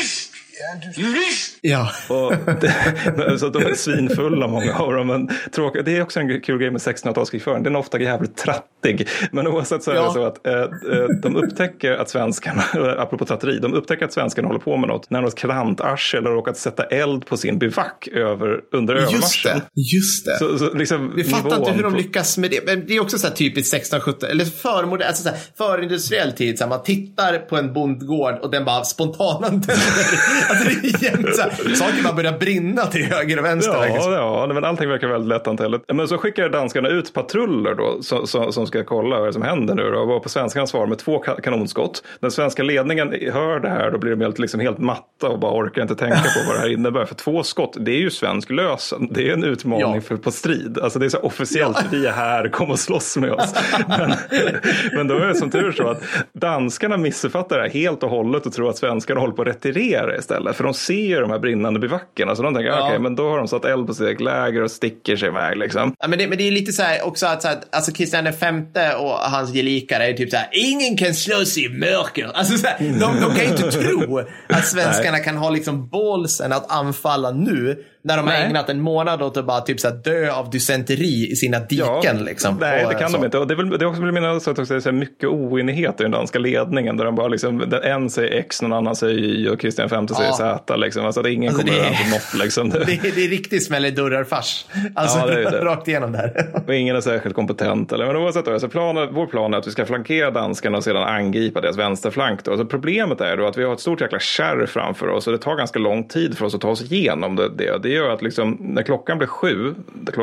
B: Ja.
A: Och så att de är svinfulla, många av dem, men tråkigt. Det är också en kul grej med 1600-talskrigföringen. Den är ofta jävligt trattig, men oavsett så är det så att de upptäcker att svenskarna, apropå tratteri, de upptäcker att svenskarna håller på med något klantarsel eller råkat sätta eld på sin bivack under övermarschen.
B: Just det.
A: Så liksom,
B: vi fattar inte hur de lyckas med det, men det är också så här typiskt 1670 eller alltså så här, förindustriell tid, så här, man tittar på en bondgård och den bara spontant alltså det är jämt så här, saker bara börjar brinna till höger och vänster.
A: Ja, men allting verkar väldigt lättantäligt. Men så skickar danskarna ut patruller då som ska kolla vad som händer nu då, och var på svenskarnas svar med 2 kanonskott. Den svenska ledningen hör det här, då blir de helt matta och bara orkar inte tänka på vad det här innebär. För 2 skott, det är ju svensk lösen. Det är en utmaning på strid. Alltså det är så officiellt, vi är här, kom och slåss med oss. Men då är det som tur så att danskarna missuppfattar det här helt och hållet och tror att svenskarna håller på att retirera istället. För de ser ju de här brinnande bivackerna, så de tänker, okej, men då har de satt eld på sitt läger och sticker sig iväg liksom.
B: Ja, men det är lite så här också att så här, alltså Kristian V och hans gelikare är typ så här, ingen kan slåss i mörker. Alltså så här, de kan inte tro att svenskarna kan ha liksom bålsen att anfalla nu, när de har ägnat en månad åt att bara typ så här dö av dysenteri i sina diken liksom.
A: Nej, det kan de inte. Och det är också minnas att det är mycket oenighet i den danska ledningen, där de bara liksom, en säger X, någon annan säger Y och Kristian V säger Z liksom. Alltså det är ingen kommer över något liksom.
B: Det är riktigt smäll i dörrar-fars. Alltså det rakt igenom där.
A: Och ingen är särskilt kompetent. Men oavsett då, alltså vår plan är att vi ska flankera danskarna och sedan angripa deras vänsterflank då. Alltså problemet är då att vi har ett stort jäkla kärr framför oss, och det tar ganska lång tid för oss att ta oss igenom det. Det gör att liksom, när klockan blir 7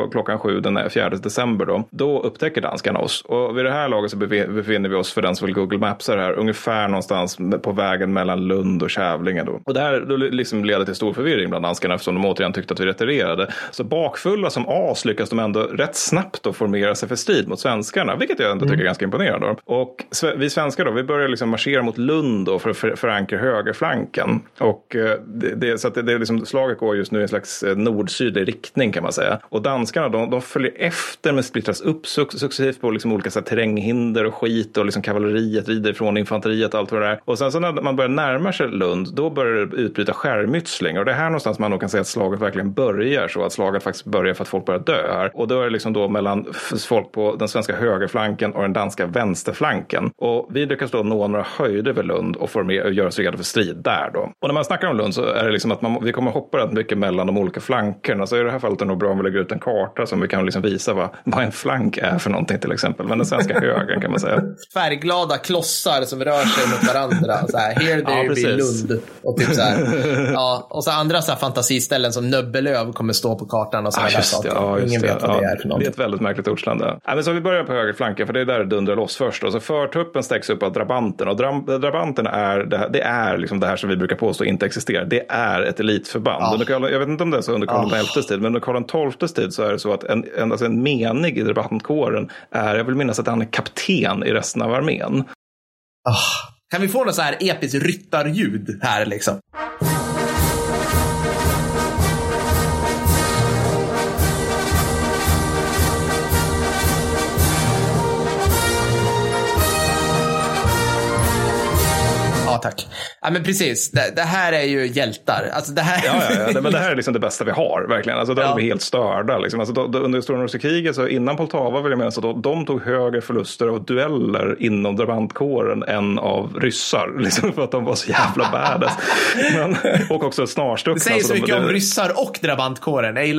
A: den 4 december då upptäcker danskarna oss. Och vid det här laget så befinner vi oss, för den som vill Google Maps här, ungefär någonstans på vägen mellan Lund och Kävlinge då. Och det här då liksom leder till stor förvirring bland danskarna, eftersom de återigen tyckte att vi retirerade. Så bakfulla som as lyckas de ändå rätt snabbt att formera sig för strid mot svenskarna, vilket jag ändå tycker är ganska imponerande. Och vi svenskar då, vi börjar liksom marschera mot Lund då för att förankra högerflanken. Och så att det är liksom, slaget går just nu i en slags slags nord-sydlig riktning kan man säga. Och danskarna de följer efter men splittras upp successivt på liksom olika så här, terränghinder och skit och liksom kavalleriet rider ifrån infanteriet och allt vad det är. Och sen så när man börjar närma sig Lund, då börjar det utbryta skärmytsling. Och det är här någonstans man nog kan säga att slaget verkligen börjar, så att slaget faktiskt börjar för att folk börjar dö här. Och då är det liksom då mellan folk på den svenska högerflanken och den danska vänsterflanken. Och vi lyckas då nå några höjder vid Lund och får med och göra sig redo för strid där då. Och när man snackar om Lund så är det liksom att vi kommer hoppa rätt mycket mellan de olika flankerna. Så i det här fallet är det nog bra om vi lägger ut en karta som vi kan liksom visa vad en flank är för någonting till exempel. Men den svenska högern kan man säga.
B: Färgglada klossar som rör sig mot varandra. Så här, here there be Lund. Och typ så här. Ja, och så andra så här fantasiställen som Nöbbelöv kommer stå på kartan och så här saker. Ingen vet vad det är för någonting.
A: Det är ett väldigt märkligt ordsland. Men så vi börjar på högerflanken, för det är där det dundrar loss först. Och så förtuppen sträcks upp av drabanterna. Och drabanterna är liksom det här som vi brukar påstå inte existerar. Det är ett elitförband. Jag vet inte om det är så under Karl XI:s tid, men under Karl XII:s tid så är det så att en menig i drabantkåren är, jag vill minnas att han är kapten i resten av armén.
B: Kan vi få något så här episkt ryttarljud här liksom? Ja, tack. Ja, men precis. Det här är ju hjältar. Alltså det här...
A: Ja, men det här är liksom det bästa vi har, verkligen. Alltså då är vi helt störda. Liksom. Alltså, under Stora nordiska kriget, så innan Poltava vill jag mena, så de tog högre förluster av dueller inom drabantkåren än av ryssar. Liksom, för att de var så jävla badass. Och också snarstuckna.
B: Det säger så mycket om ryssar och drabantkåren. Jag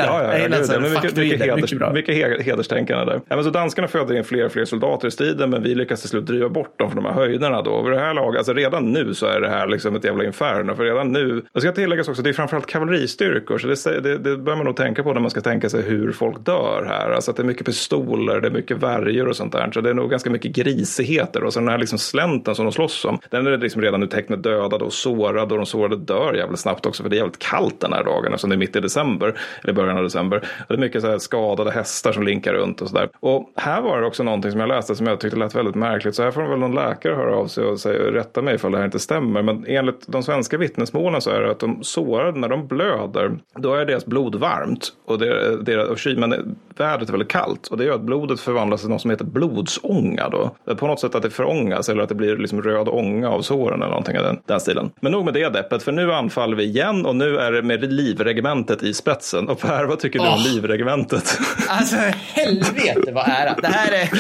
B: gillar
A: mycket hederstänkande där. Ja, men så danskarna födde in fler soldater i striden, men vi lyckas till slut driva bort dem från de här höjderna då. Över det här laget, alltså redan nu så är det här liksom ett jävla inferno. För redan nu, jag ska tilläggas också, det är framförallt kavalleristyrkor, så det bör man nog tänka på när man ska tänka sig hur folk dör här. Alltså att det är mycket pistoler, det är mycket värjor och sånt där. Så det är nog ganska mycket grisigheter. Och så den här liksom slänten som de slåss om, den är liksom redan nu tecknat dödade och sårade, och de sårade dör jävligt snabbt också, för det är jävligt kallt den här dagen eftersom det är mitt i december, eller början av december. Och det är mycket så här skadade hästar som linkar runt och sådär. Och här var det också någonting som jag läste som jag tyckte lät väldigt märkligt. Så här får väl någon läkare höra av sig och rätta mig ifall det här inte stämmer, men enligt de svenska vittnesmålen så är det att de sårade, när de blöder, då är deras blod varmt och men vädret är väldigt kallt, och det gör att blodet förvandlas till något som heter blodsånga då. På något sätt att det förångas, eller att det blir liksom röd ånga av såren eller någonting av den stilen. Men nog med det deppet, för nu anfaller vi igen, och nu är det med livregementet i spetsen. Och Per, vad tycker du om livregementet?
B: Alltså helvete vad ära. Det här är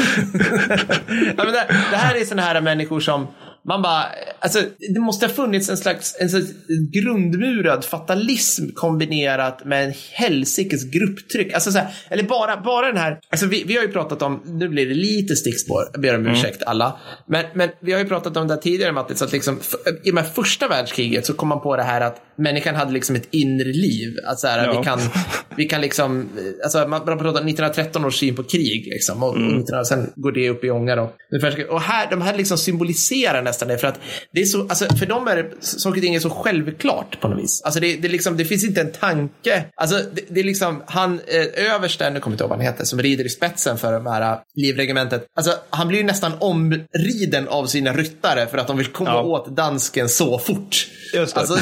B: det här är såna här människor som man bara, alltså det måste ha funnits en slags grundmurad fatalism kombinerat med en helsikes grupptryck. Alltså så här, eller bara den här, alltså vi har ju pratat om, nu blir det lite stickspår, jag ber om ursäkt alla, men vi har ju pratat om det tidigare, Mattis, att liksom i med första världskriget så kom man på det här att människan hade liksom ett inre liv, att så här, vi kan liksom, alltså man pratar om 1913 års syn på krig liksom, och sen går det upp i ånga då. Och här, de här liksom symboliserar nästan det, för att det är så, alltså för dem är saker och ting är så självklart på något vis. Alltså det liksom, det finns inte en tanke. Alltså det är liksom, han översten, nu kommer jag inte ihåg vad han heter, som rider i spetsen för det här livregementet. Alltså han blir ju nästan omriden av sina ryttare för att de vill komma åt dansken så fort.
A: Just det.
B: Alltså,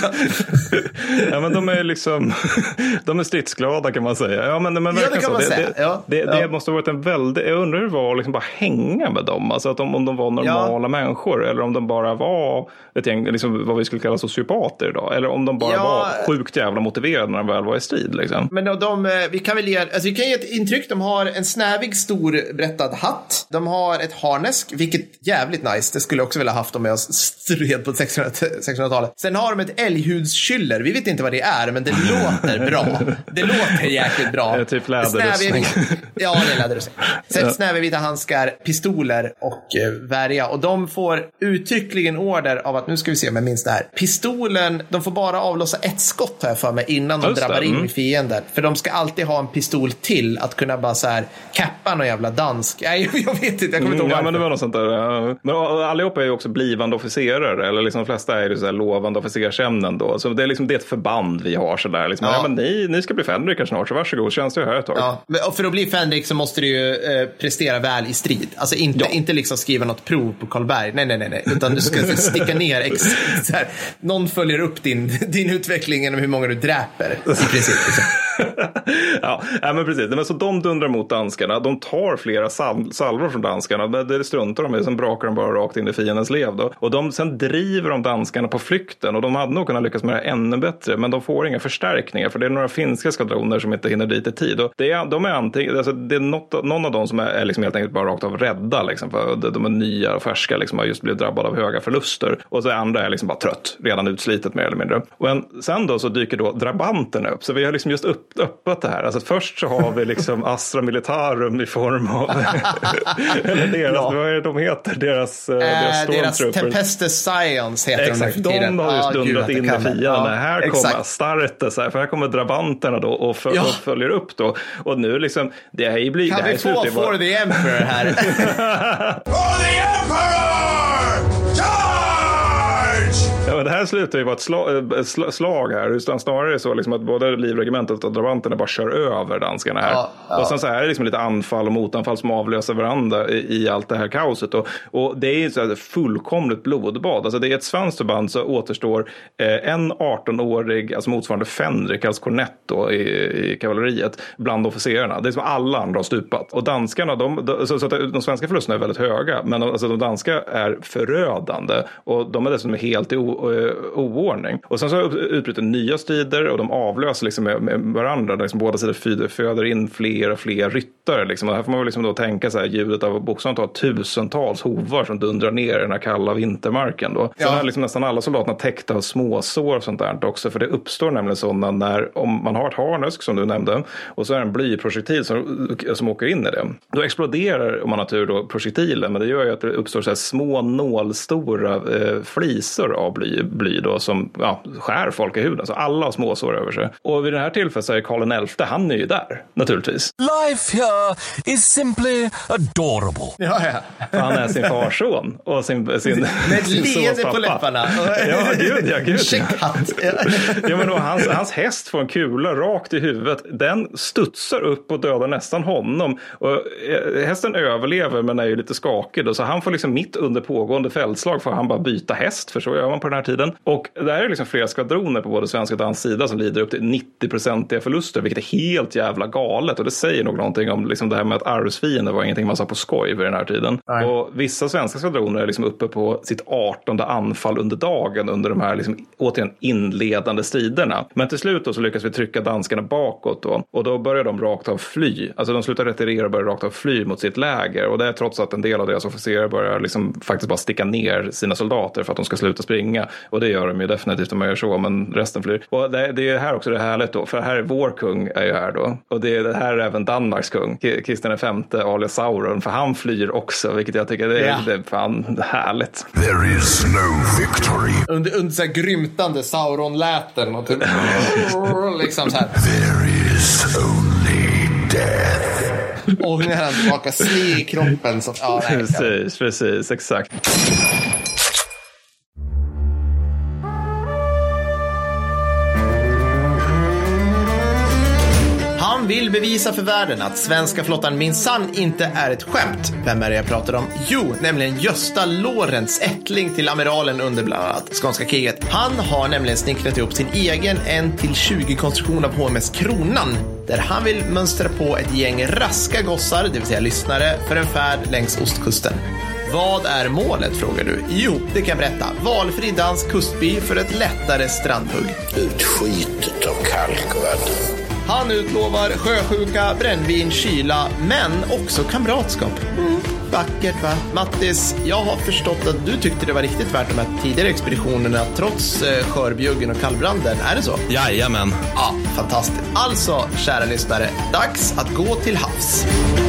A: ja, men de är liksom de är stridsglada kan man säga. Ja, men
B: det kan man säga.
A: Det måste ha varit en väldigt, jag undrar hur det var liksom bara hänga med dem. Alltså att om de var normala människor, eller om de bara var ett gäng, liksom vad vi skulle kalla sociopater idag, eller om de bara var sjukt jävla motiverade när de väl var i strid liksom.
B: Men vi kan ge ett intryck. De har en snävig stor brättad hatt. De har ett harnesk, vilket jävligt nice. Det skulle jag också vilja haft om jag stred på 1600-talet. Sen har de ett älghudskyller. Vi vet inte vad det är, men det låter bra. Det låter jäkligt bra.
A: Typ läderrustning.
B: Ja, det är läderrustning. Sen snävvita handskar, pistoler och värja. Och de får uttryckligen order av att, nu ska vi se om jag minns det här. Pistolen, de får bara avlossa ett skott här för mig innan de drabbar in i fienden. För de ska alltid ha en pistol till att kunna bara så här kappa någon jävla dansk. Nej, jag vet inte, jag kommer inte ihåg varför.
A: Men det var något sånt där. Men allihopa är ju också blivande officerare, eller liksom de flesta är ju så här lovande officersämnen då. Så det är liksom det förband vi har så där liksom. Ja, men ni ska bli fänrikar snart, så varsågod, känns det här ett tag.
B: Ja, och för att bli fänrik så måste du ju prestera väl i strid. Alltså inte liksom skriva något prov på Karlberg. Nej. Nej. Utan du ska sticka ner så här. Någon följer upp din utveckling genom hur många du dräper i princip. Liksom.
A: Ja, men precis. Men så de dundrar mot danskarna. De tar flera salvor från danskarna. Det struntar de i. Sen brakar de bara rakt in i fiendens lev då. Och sen driver de danskarna på flykten. Och de hade nog kunnat lyckas med det ännu bättre. Men de får inga förstärkningar. För det är några finska skvadroner som inte hinner dit i tid. Och de är antingen, alltså det är någon av dem som är liksom helt enkelt bara rakt av rädda. Liksom, för de är nya och färska. Liksom, har just blivit drabbade av höga förluster. Och så andra är liksom bara trött. Redan utslitet mer eller mindre. Och sen då så dyker då drabanterna upp. Så vi har liksom just öppet det här. Alltså först så har vi liksom Astra Militarum i form av eller deras, vad är det de heter? Deras
B: Tempestus Scions heter
A: exakt, de har just dundrat in i fienden. Här kommer Astartes, för här kommer drabanterna då och följer upp då. Och nu liksom, det här blir...
B: Kan vi få For the Emperor här?
E: For the Emperor!
A: Ja, men det här slutar ju vara ett slag här. Utan snarare så liksom att både livregementet och drabanterna bara kör över danskarna här. Ja. Och sen så här är det liksom lite anfall och motanfall som avlöser varandra i allt det här kaoset. Och det är ju så här fullkomligt blodbad. Alltså det är ett svenskt förband så återstår en 18-årig, alltså motsvarande Fenrik, alltså kornett då i kavalleriet, bland officerarna. Det är som alla andra har stupat. Och danskarna, så att de svenska förlusterna är väldigt höga. Men alltså de danska är förödande. Och de är dessutom helt oordning. Och sen så utbryter nya strider och de avlöser liksom med varandra. Där liksom båda sidor föder in fler och fler ryttare. Liksom. Och här får man väl liksom då tänka så här, ljudet av bokstavligt tusentals hovar som dundrar ner i den här kalla vintermarken då. Sen är liksom nästan alla soldaterna täckta av småsår och sånt där också. För det uppstår nämligen sådana om man har ett harnesk som du nämnde och så är det en blyprojektil som åker in i det. Då exploderar om man har tur då projektilen, men det gör ju att det uppstår så här små nålstora flisor av bly då som skär folk i huden. Så alla har småsår över sig. Och vid den här tillfället så är Karl XI, han är ju där, naturligtvis.
D: Life here is simply adorable.
B: Ja.
A: Han är sin farson och sin
B: med leende på läpparna.
A: Ja, gud. Ja, men då, hans häst får en kula rakt i huvudet. Den studsar upp och dödar nästan honom. Och hästen överlever men är ju lite skakig. Då, så han får liksom mitt under pågående fältslag får han bara byta häst, för så gör man på den här tiden. Och där är liksom flera skvadroner på både svenska och dansk sida som lider upp till 90% förluster, vilket är helt jävla galet. Och det säger nog någonting om liksom det här med att arvsfiender var ingenting man sa på skoj vid den här tiden. Nej. Och vissa svenska skvadroner är liksom uppe på sitt 18:e anfall under dagen under de här liksom, återigen inledande striderna. Men till slut då så lyckas vi trycka danskarna bakåt då. Och då börjar de rakt av fly. Alltså de slutar retirera och börjar rakt av fly mot sitt läger. Och det är trots att en del av deras officerare börjar liksom faktiskt bara sticka ner sina soldater för att de ska sluta springa. Och det gör de ju definitivt om man gör så, men resten flyr. Och det är här också det härligt då, för här är vår kung är ju här då. Och det här är även Danmarks kung, Kristian V alias Sauron, för han flyr också, vilket jag tycker det är fan härligt.
E: There is no victory.
B: Under så här grymtande Sauron-läten och typ liksom så här.
E: There is only death.
B: Och när han tillbaka sli i kroppen så
A: precis, exakt.
B: Han vill bevisa för världen att svenska flottan minsann inte är ett skämt. Vem är det jag pratar om? Jo, nämligen Gösta Lorenz, ättling till amiralen under bland annat Skånska kriget. Han har nämligen snickrat ihop sin egen 1-20 konstruktion av HMS Kronan, där han vill mönstra på ett gäng raska gossar, det vill säga lyssnare, för en färd längs ostkusten. Vad är målet, frågar du? Jo, det kan jag berätta. Valfri dansk kustby för ett lättare strandhugg.
C: Utskitet och kalkvatten.
B: Han utlovar sjösjuka, brännvin, kyla, men också kamratskap. Vackert, va? Mattis, jag har förstått att du tyckte det var riktigt värt de här tidigare expeditionerna trots skörbjuggen och kallbranden. Är det så?
G: Jajamän.
B: Ja, fantastiskt. Alltså, kära lyssnare, dags att gå till havs.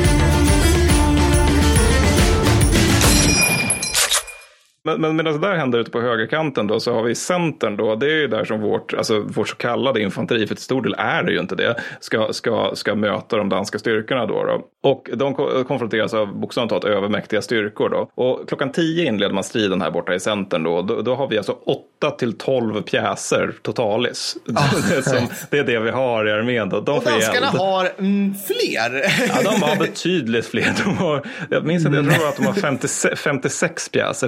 A: Men medan det där händer ute på högerkanten då, så har vi centern då, det är ju där som vårt så kallade infanteri, för till stor del är det ju inte det, ska möta de danska styrkorna då. Och de konfronteras av bokstavligt talat övermäktiga styrkor då. Och klockan 10 inleder man striden här borta i centern då har vi alltså 8-12 pjäser totalis. Det är det vi har i armén då.
B: Och danskarna har fler.
A: Ja, de har betydligt fler. Jag minns att jag tror att de har 56 pjäser. Så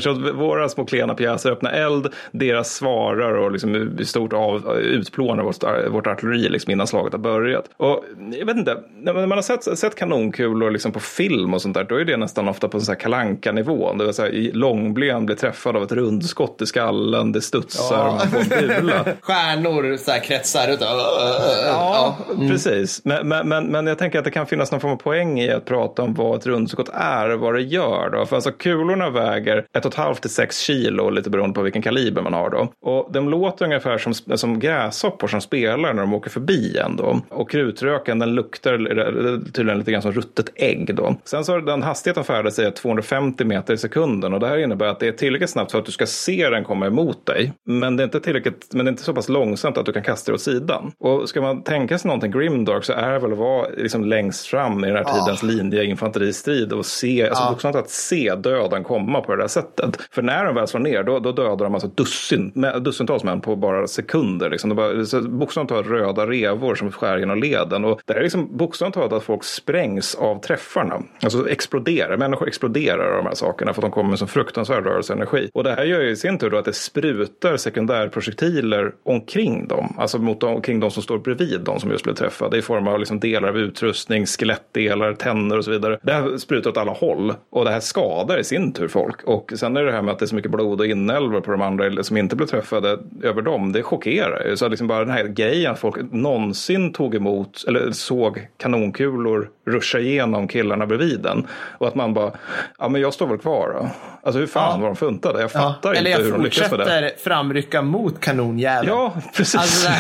A: några små klena pjäser öppnar eld, deras svarar och liksom stort utplånar vårt artilleri liksom innan slaget har börjat. Och jag vet inte, när man har sett kanonkulor liksom på film och sånt där, då är det nästan ofta på en sån här Kalle Anka-nivå. Det vill säga, Långben blir träffad av ett rundskott i skallen, det studsar och man får bula.
B: Stjärnor så här kretsar ut.
A: Precis. Men jag tänker att det kan finnas någon form av poäng i att prata om vad ett rundskott är och vad det gör då. För alltså kulorna väger 1,5 till 6 kilo, lite beroende på vilken kaliber man har då. Och de låter ungefär som gräshoppor som spelar när de åker förbi en då. Och krutröken, den luktar tydligen lite grann som ruttet ägg då. Sen så har den hastigheten färdas sig 250 meter i sekunden, och det här innebär att det är tillräckligt snabbt för att du ska se den komma emot dig. Men det är inte så pass långsamt att du kan kasta det åt sidan. Och ska man tänka sig någonting Grimdark, så är det väl att vara liksom längst fram i den här tidens linje infanteristrid och se, alltså att se döden komma på det där sättet. För när de väl slår ner, då dödar de alltså dussintals män på bara sekunder. Liksom. Bokstavligt talat röda revor som skär genom leden. Och det är liksom bokstavligt talat att folk sprängs av träffarna. Alltså exploderar. Människor exploderar av de här sakerna för att de kommer med så fruktansvärd rörelseenergi. Och det här gör ju i sin tur då att det sprutar sekundärprojektiler omkring dem. Alltså omkring de som står bredvid de som just blev träffade, i form av liksom delar av utrustning, skelettdelar, tänder och så vidare. Det här sprutar åt alla håll. Och det här skadar i sin tur folk. Och sen är det här med att det är så mycket blod och inälvor på de andra som inte blev träffade över dem. Det chockerar ju. Så liksom bara den här grejen att folk någonsin tog emot eller såg kanonkulor ruscha igenom killarna bredvid den. Och att man bara, ja men jag står väl kvar då. Alltså hur fan var de funtade? Jag fattar inte hur de lyckas med det.
B: Eller jag fortsätter framrycka mot kanonjäveln.
A: Ja, precis.
B: Alltså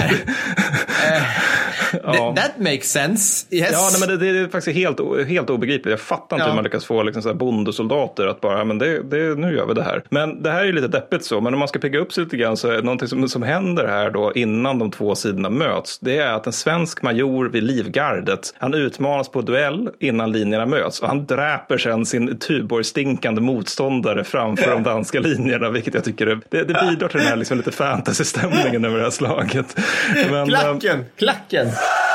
B: that makes sense. Yes.
A: Ja, nej, men det är faktiskt helt obegripligt. Jag fattar inte hur man lyckas få liksom så här bondesoldater att bara, men nu gör vi det här. Men det här är ju lite deppigt så. Men om man ska pigga upp sig lite grann, så är någonting som händer här då innan de två sidorna möts. Det är att en svensk major vid livgardet, han utmanas på duell innan linjerna möts. Och han dräper sen sin Tuborg-stinkande motståndare framför de danska linjerna, vilket jag tycker det bidrar till den här liksom lite fantasy-stämningen över det här slaget. Men,
B: klacken!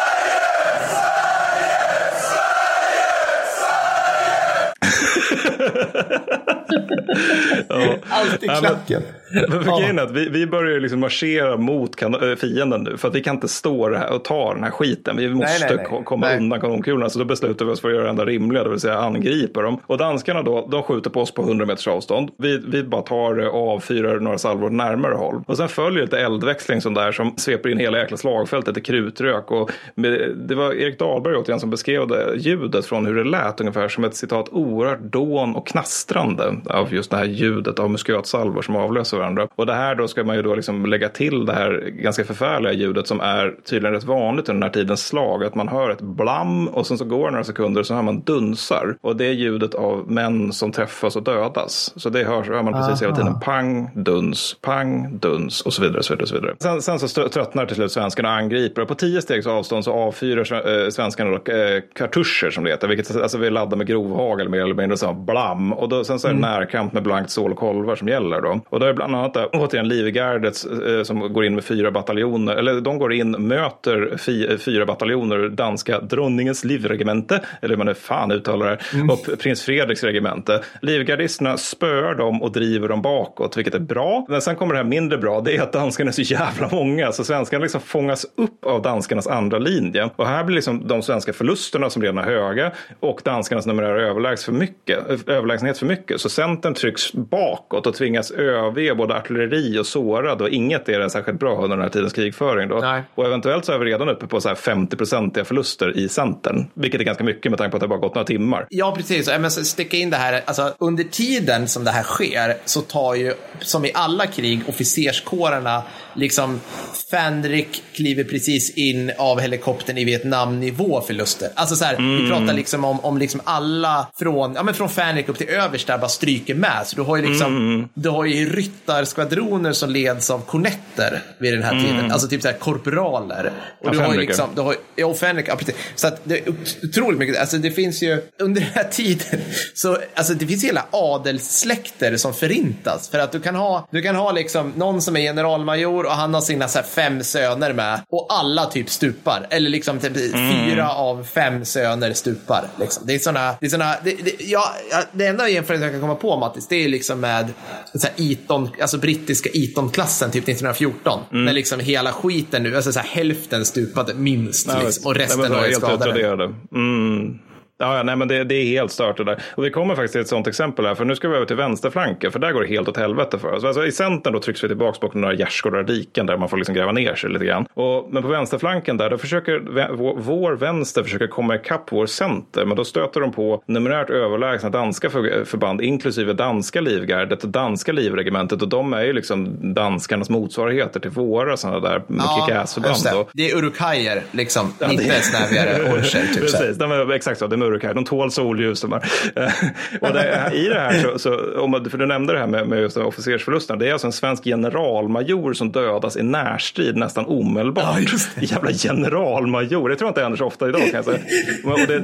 B: Alltid klacken.
A: Men att vi börjar liksom marschera mot fienden nu, för att vi kan inte stå här och ta den här skiten. Vi måste komma undan kanonkulorna, så då beslutar vi oss för att göra det enda rimliga, det vill säga angripa dem. Och danskarna då, de skjuter på oss på 100 meters avstånd. Vi bara tar det och avfyrar några salvor närmare håll. Och sen följer lite eldväxling som där, som sveper in hela jäkla slagfältet i krutrök. Och det var Erik Dahlberg återigen som beskrev det ljudet från hur det lät, ungefär som ett citat oerhört dån och knastrande av just det här ljudet av muskötsalvor som avlöser varandra. Och det här då ska man ju då liksom lägga till det här ganska förfärliga ljudet som är tydligen rätt vanligt under den här tidens slag, att man hör ett blam och sen så går några sekunder och så hör man dunsar, och det är ljudet av män som träffas och dödas. Så det hör man precis hela tiden, pang, duns och så vidare och så vidare och så vidare. Sen så tröttnar till slut svenskarna och angriper, och på 10 stegs avstånd så avfyrar svenskarna då kartuscher som det heter, vilket alltså vi laddar med grovhagel mer eller mindre, så blam, och då sen så är det närkamp med blankt sål och kolvar som gäller då. Och då är bland annat återigen livgardet som går in med 4 bataljoner, eller de går in, möter 4 bataljoner danska dronningens livregemente, eller man är fan uttalar det, och prins Fredriks regemente. Livgardisterna spör dem och driver dem bakåt, vilket är bra. Men sen kommer det här mindre bra, det är att danskarna är så jävla många, så svenskarna liksom fångas upp av danskarnas andra linje. Och här blir liksom de svenska förlusterna som redan är höga och danskarnas numerära överlägsenhet för mycket. Så centern trycks bakåt och tvingas överge både artilleri och sårad, och inget är det särskilt bra under den här tidens krigföring då. Nej. Och eventuellt så är vi redan uppe på så här 50% förluster i centern, vilket är ganska mycket med tanke på att det bara gått några timmar.
B: Ja, precis. Men så sticka in det här, alltså under tiden som det här sker så tar ju, som i alla krig, officerskårerna liksom, Fänrik kliver precis in av helikoptern i Vietnamnivå förluster. Alltså så här, vi pratar liksom om liksom alla från Fänrik upp till överst där bara stryker med. Så du har ju liksom, du har ju ryttarskvadroner som leds av kornetter vid den här tiden. Alltså typ så här korporaler. Och du har ju liksom, så att det är otroligt mycket. Alltså det finns ju under den här tiden så alltså det finns hela adelssläkter som förintas, för att du kan ha liksom någon som är generalmajor och han har sina så här 5 söner med och alla typ stupar, eller liksom typ 4 av 5 söner stupar liksom. Det är det enda jämförelse jag kan komma på, Mattis, det är liksom med så här Eton, alltså brittiska Eton-klassen typ 1914, när liksom hela skiten nu, alltså så här hälften stupade minst liksom, och resten var skadade.
A: Ja, nej, men det är helt stört det där. Och vi kommer faktiskt till ett sånt exempel här, för nu ska vi över till vänsterflanken, för där går det helt åt helvete för oss. Alltså i centern då trycks vi tillbaka bakom några gärdsgårdar diken där man får liksom gräva ner sig lite grann. Men på vänsterflanken där, då försöker vår vänster försöker komma ikapp vår center, men då stöter de på numerärt överlägsna danska förband, inklusive danska livgardet och danska livregementet, och de är ju liksom danskarnas motsvarigheter till våra sådana där kick-ass-förband.
B: Det är urukajer liksom, inte snävigare orcher typ.
A: Precis, exakt så, det är de tål solljus. Och i det här för du nämnde det här med just officersförlusterna, det är alltså en svensk generalmajor som dödas i närstrid nästan omedelbart. Ja, jävla generalmajor, det tror jag inte händer så ofta idag, kan jag säga. Och det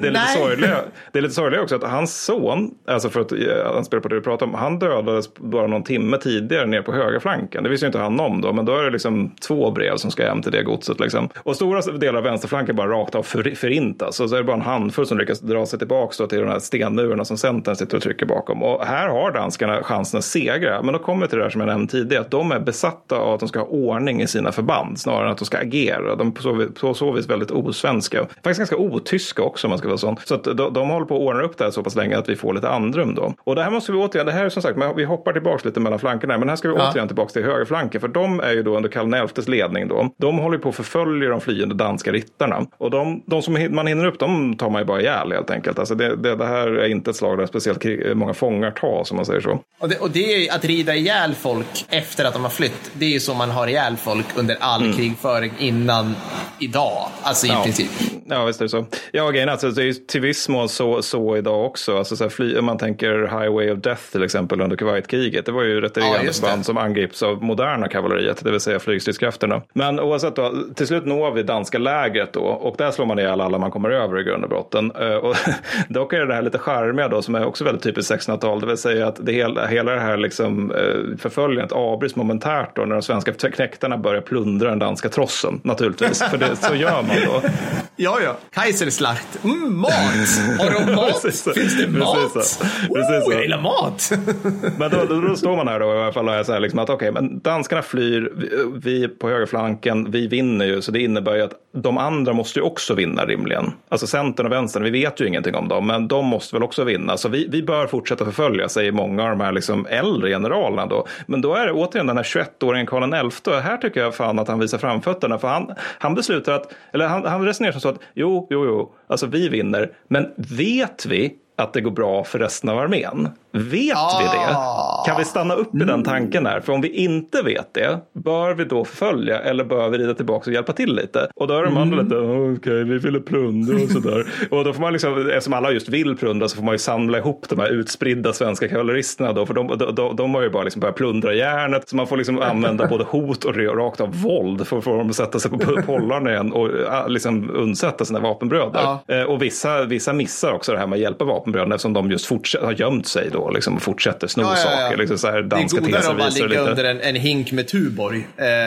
A: är lite sorgligt också att hans son, alltså för att han spelar på det du pratar om, han dödades bara någon timme tidigare ner på högerflanken. Det visste ju inte han om då, men då är det liksom 2 brev som ska hem till det godset liksom. Och stora delar av vänsterflanken bara rakt av förintas, och så är det bara en handfull som lyckas dra sig tillbaka då till de här stenmurarna som centern sitter och trycker bakom. Och här har danskarna chansen att segra, men då kommer till det där som jag nämnde tidigare, att de är besatta av att de ska ha ordning i sina förband snarare än att de ska agera. De är på så vis väldigt osvenska. Faktiskt ganska otyska också, om man ska vara sån. Så att de håller på att ordna upp det här så pass länge att vi får lite andrum då. Och det här måste vi återigen, det här är som sagt, vi hoppar tillbaka lite mellan flankerna, men här ska vi återigen tillbaka till högerflanken, för de är ju då under Karl XI:s ledning då. De håller på att förfölja de flyende danska ryttarna. Och de som man hinner upp, de tar man ju bara ihjäl helt enkelt. Alltså det här är inte ett slag där speciellt många fångar tar, som man säger så.
B: Och det är ju att rida ihjäl folk efter att de har flytt. Det är ju så man har ihjäl folk under all krigföring innan idag. Alltså i princip.
A: Ja, visst är det så. Ja, grejen alltså, det är ju till viss mån så idag också. Alltså så här, man tänker Highway of Death till exempel under Kuwaitkriget. Det var ju retirerande förband som angrips av moderna kavalleriet, det vill säga flygstridskrafterna. Men oavsett då, till slut når vi danska lägret då, och där slår man ihjäl alla man kommer över i grund och botten. Och dock är det här lite charmiga då, som är också väldigt typiskt 1600-tal, det vill säga att hela det här liksom förföljandet avbryts momentärt då när de svenska knäktarna börjar plundra den danska trossen, naturligtvis, för så gör man då.
B: Ja, Kaiserslacht. Mat! Har de mat? Finns det mat?
A: Precis
B: jag gillar mat!
A: Men då står man här då i alla fall och är så här liksom att okej, men danskarna flyr, vi på högerflanken, vi vinner ju, så det innebär ju att de andra måste ju också vinna rimligen. Alltså centern och vänstern, vi vet ju ingenting om dem, men de måste väl också vinna. Så vi bör fortsätta förfölja, säger många av de här liksom äldre generalerna då. Men då är det återigen den här 21-åringen Karl XI. Här tycker jag fan att han visar framfötterna, för han beslutar att, eller han resonerar som så att jo, alltså vi vinner, men vet vi att det går bra för resten av armén? Vet vi det? Kan vi stanna upp i den tanken här? För om vi inte vet det, bör vi då förfölja eller bör vi rida tillbaka och hjälpa till lite? Och då är de andra lite, okej, vi ville plundra och sådär. Och då får man liksom, eftersom alla just vill plundra, så får man ju samla ihop de här utspridda svenska kavalleristerna då, för de har ju bara liksom börjat plundra järnet, så man får liksom använda både hot och rakt av våld för att få dem att sätta sig på pollarna igen och liksom undsätta sina vapenbröder. Och vissa missar också det här med att hjälpa vapenbröderna, eftersom de just har gömt sig då, liksom, och fortsätter sno saker. Liksom så här danska
B: det är godare att ligga under en hink med Tuborg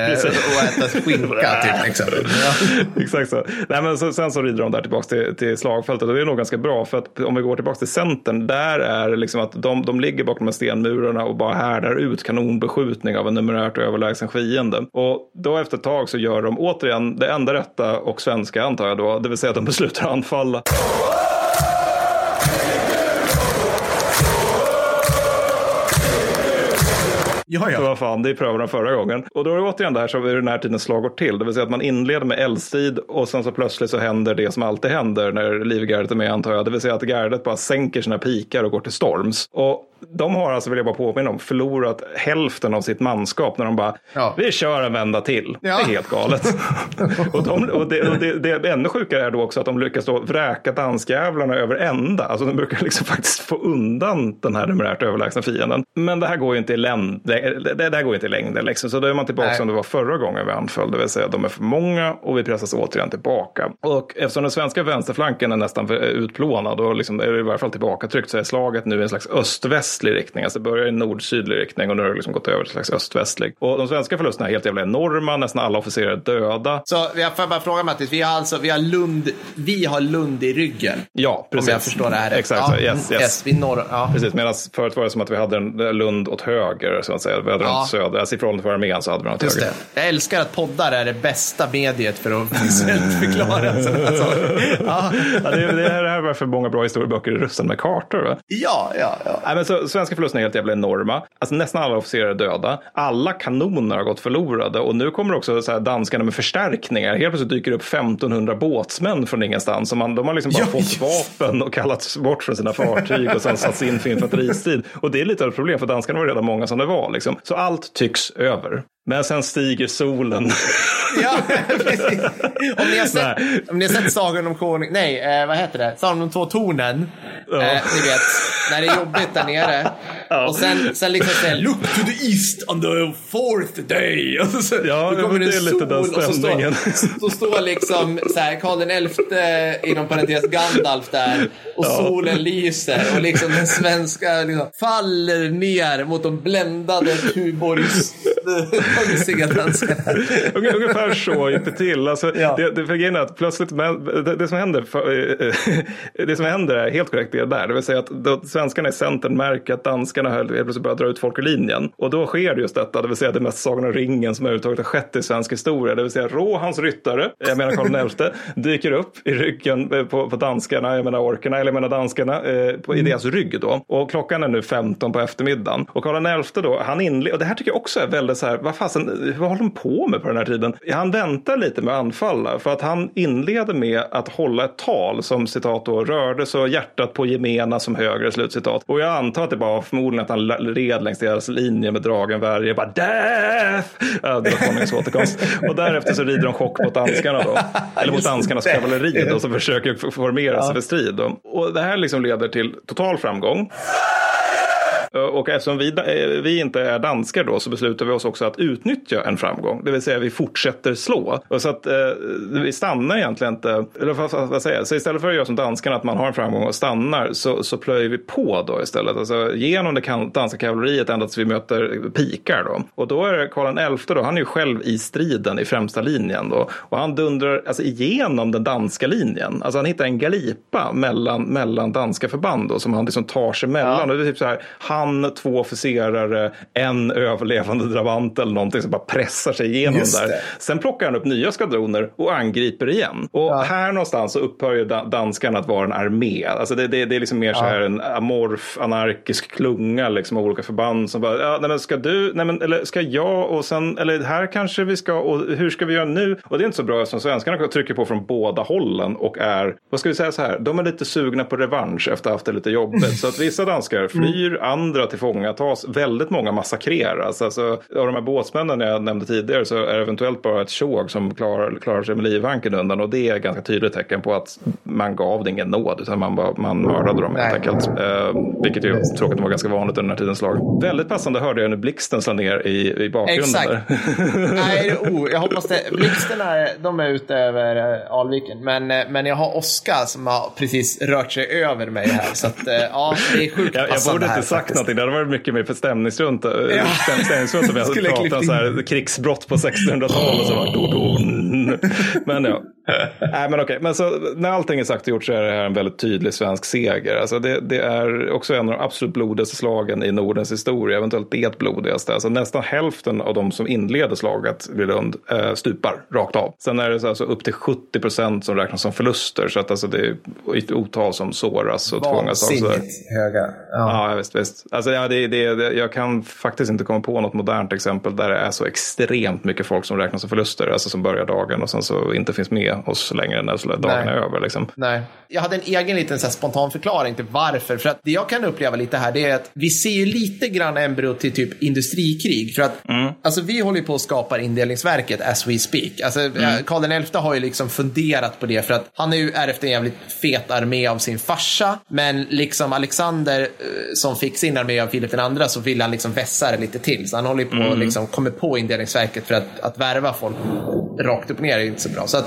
B: och äta skinka till exempel.
A: Exakt så. Nej, men sen så rider de där tillbaka till slagfältet, och det är nog ganska bra, för att om vi går tillbaka till centern, där är det liksom att de ligger bakom de stenmurarna och bara härdar ut kanonbeskjutning av en numerärt överlägsen fiende. Och då efter ett tag så gör de återigen det enda rätta och svenska, antar jag då, det vill säga att de beslutar att anfalla. Så vad fan, det prövade de förra gången. Och då är det återigen där så är den här tiden slag går till. Det vill säga att man inleder med eldstrid, och sen så plötsligt så händer det som alltid händer när livgardet är med, antar jag. Det vill säga att gardet bara sänker sina pikar och går till storms. Och de har alltså, vill jag bara påminna om, förlorat hälften av sitt manskap när de bara, vi kör en vända till. Ja. Det är helt galet. och det ännu sjukare är då också att de lyckas då vräka danskjävlarna över ända. Alltså de brukar liksom faktiskt få undan den här numerärt överlägsna fienden. Men det här går ju inte i längden liksom. Så då är man tillbaka som det var förra gången vi anföll. Det vill säga de är för många och vi pressas återigen tillbaka. Och eftersom den svenska vänsterflanken är nästan utplånad och liksom är det i varje fall tillbakatryckt, så är slaget nu i en slags öst-västlig riktning. Alltså det börjar i nord-sydlig riktning och nu har det liksom gått över till en slags öst-västlig. Och de svenska förlusterna är helt jävla enorma. Nästan alla officerare döda.
B: Så jag får bara fråga Mattis, vi har Lund i ryggen.
A: Ja, precis.
B: Om jag förstår det här.
A: Exakt, yes.
B: Vi norr,
A: Precis, medan förut var det som att vi hade en Lund åt höger, så att säga. Vi hade den söder. Alltså i förhållande till armén så hade vi den åt höger.
B: Det. Jag älskar att poddar är det bästa mediet för att förklara.
A: Det här är varför många bra historieböcker i Ryssland med kartor. Va?
B: Ja.
A: Nej, men så, svenska förlusterna är helt jävla enorma. Alltså nästan alla officerare är döda. Alla kanoner har gått förlorade. Och nu kommer också så här danskarna med förstärkningar. Helt plötsligt dyker upp 1500 båtsmän från ingenstans. De har liksom bara fått vapen och kallats bort från sina fartyg och sen satts in för infanteristrid. Och det är lite av ett problem för danskarna var redan många som det var. Liksom. Så allt tycks över. Men sen stiger solen.
B: Ja, precis. Om ni har sett Sagan om konung... Nej, vad heter det? Sagan om två tornen. Ni vet, när det är jobbigt där nere. Ja. Och sen liksom säger look to the east on the fourth day. Och så,
A: då kommer det är lite den stämningen.
B: Så står liksom så här, Karl XI inom parentes Gandalf där. Och solen lyser. Och liksom den svenska liksom, faller ner mot de bländade Tuborgs...
A: Ungefär så gick det till. Alltså, det förgrenar att plötsligt det som händer är helt korrekt det där. Det vill säga att svenskarna i centern märker att danskarna helt plötsligt börjar dra ut folk ur linjen. Och då sker det just detta. Det vill säga det mest Sagan om ringen som överhuvudtaget har skett i svensk historia. Det vill säga Rohans ryttare, jag menar Karl XI, dyker upp i ryggen på danskarna, jag menar orkerna, eller jag menar danskarna i deras rygg då. Och klockan är nu 15 på eftermiddagen. Och Karl XI då, han inleder, och det här tycker jag också är väldigt så här, vad håller de på med på den här tiden? Han väntar lite med anfalla för att han inleder med att hålla ett tal som citat då rörde så hjärtat på gemena som högre slutcitat. Och jag antar att det bara förmodligen att han red längs deras linje med dragen värje bara death! Det var konungens återkomst. Och därefter så rider de chock mot danskarna då. Eller mot danskarnas kavalleri då som försöker formera sig för strid då. Och det här liksom leder till total framgång. Och eftersom vi inte är danskar då så beslutar vi oss också att utnyttja en framgång. Det vill säga vi fortsätter slå. Och så att vi stannar egentligen inte, eller vad säger jag? Så istället för att göra som danskarna att man har en framgång och stannar så plöjer vi på då istället. Alltså genom det danska kavalleriet ända tills vi möter pikar då. Och då är det Karl XI då, han är ju själv i striden i främsta linjen då. Och han dundrar alltså igenom den danska linjen. Alltså han hittar en galipa mellan danska förband då, som han liksom tar sig mellan. Ja. Och det är typ så här, två officerare, en överlevande drabant eller någonting som bara pressar sig igenom där. Sen plockar han upp nya skadroner och angriper igen. Och här någonstans så upphör ju danskarna att vara en armé. Alltså det är liksom mer så här en amorf, anarkisk klunga liksom av olika förband som bara, nej men ska du, nej men eller ska jag och sen, eller här kanske vi ska, och hur ska vi göra nu? Och det är inte så bra som svenskarna trycker på från båda hållen och är, vad ska vi säga så här, de är lite sugna på revansch efter att ha haft det lite jobbigt. Så att vissa danskar flyr, andra tillfångatas, väldigt många massakreras. Alltså, av de här båtsmännen jag nämnde tidigare så är det eventuellt bara ett tjog som klarar sig med livhanken undan, och det är ett ganska tydligt tecken på att man gav det ingen nåd utan man mördade dem helt enkelt. Vilket ju tråkigt var ganska vanligt under den här tidens slag. Väldigt passande hörde jag nu blixten slå ner i bakgrunden.
B: Exakt.
A: Där.
B: Nej, jag hoppas det. Blixten de är ute över Alviken, men jag har Oskar som har precis rört sig över mig här, så att det är sjukt
A: jag borde inte sagt någonting. Det hade varit mycket mer för stämningsrunt om jag pratar så här krigsbrott på 1600-talet och så var men ja. Nej, men okej. Men så när allting är sagt och gjort så är det här en väldigt tydlig svensk seger. Alltså det är också en av de absolut blodigaste slagen i Nordens historia, eventuellt det blodigaste. Alltså nästan hälften av de som inleder slaget vid Lund stupar rakt av. Sen är det så alltså upp till 70% som räknas som förluster, så att alltså det är ett otal som såras och tvångas av.
B: Vansinnigt höga.
A: Ja, visst. Alltså, jag kan faktiskt inte komma på något modernt exempel där det är så extremt mycket folk som räknas som förluster, alltså som börjar dagen och sen så inte finns med oss längre när dagen är över. Liksom.
B: Nej. Jag hade en egen liten så här, spontan förklaring till varför. För att det jag kan uppleva lite här, det är att vi ser ju lite grann embryo till typ industrikrig. För att alltså, vi håller ju på att skapa indelningsverket as we speak. Alltså, Karl XI har ju liksom funderat på det, för att han är ju ärvt en jävligt fet armé av sin farsa, men liksom Alexander som fick sin armé av Filip II, så vill han liksom vässa det lite till. Så han håller på och liksom kommer på indelningsverket för att värva folk rakt upp och ner är inte så bra. Så att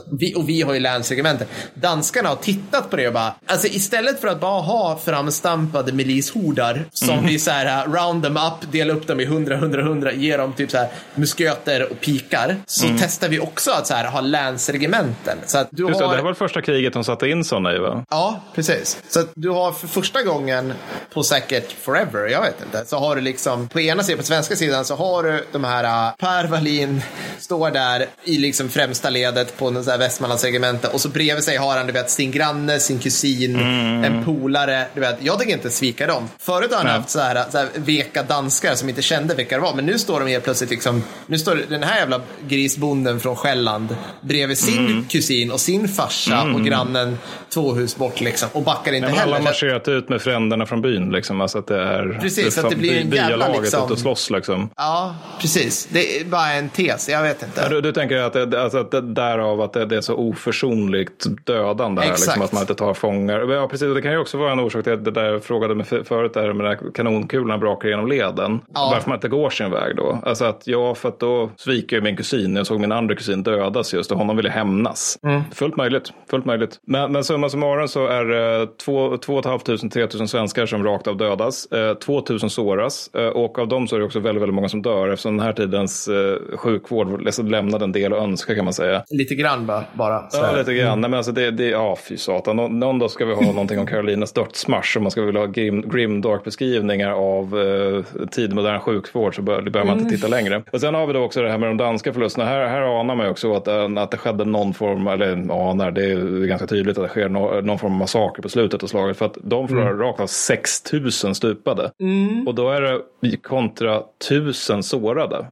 B: vi har ju länsregimenter. Danskarna har tittat på det och bara, alltså istället för att bara ha framstampade milishordar som vi så här round them up, dela upp dem i 100, ge dem typ så här musköter och pikar, så testar vi också att så här ha länsregimenten. Så att du
A: just
B: har...
A: det var det första kriget de satte in sådana i, va?
B: Ja, precis. Så att du har för första gången på säkert forever, jag vet inte, så har du liksom på ena sidan, på svenska sidan, så har du de här Per Wallin står där i liksom främsta ledet på någon Västmanlandsregemente, och så bredvid sig har han, du vet, sin granne, sin kusin, en polare, du vet. Jag tänker inte svika dem. Förut har han haft så här veka danskar som inte kände vilka det var, men nu står de helt plötsligt liksom, nu står den här jävla grisbonden från Själland bredvid sin kusin och sin farsa och grannen 2 hus bort liksom, och backar inte heller.
A: Alla har marscherat ut med fränderna från byn liksom, alltså att det är
B: precis, så att det blir en jävla liksom,
A: ut och slåss liksom.
B: Ja, precis. Det är bara en tes, jag vet inte.
A: Ja, du tänker att det därav att det är så oförsonligt dödande här, liksom, att man inte tar fångar. Ja, precis. Det kan ju också vara en orsak till att det där jag frågade mig förut där med där kanonkulan brakar genom leden. Ja. Varför man inte går sin väg då. Alltså att för att då sviker jag min kusin. Jag såg min andra kusin dödas just och honom ville hämnas. Fullt möjligt. Men summa summarum så är 2 500-3 000 svenskar som rakt av dödas. 2 000 såras. Och av dem så är det också väldigt, väldigt många som dör, eftersom den här tidens sjukvård lämnade en del att önska, kan man säga.
B: Lite grann bara.
A: Ja, lite grann. Nej, men alltså fy satan. Någon dag ska vi ha någonting om Karolinas dödsmarsch, om man ska vilja ha grimdark beskrivningar av tidmodern sjukvård, så börjar man inte titta längre. Och sen har vi då också det här med de danska förlusterna. Här anar man ju också att det skedde någon form, eller det är ganska tydligt att det sker någon form av massaker på slutet av slaget, för att de förlorar rakt av 6 000 stupade. Och då är det kontra 1000 sårade.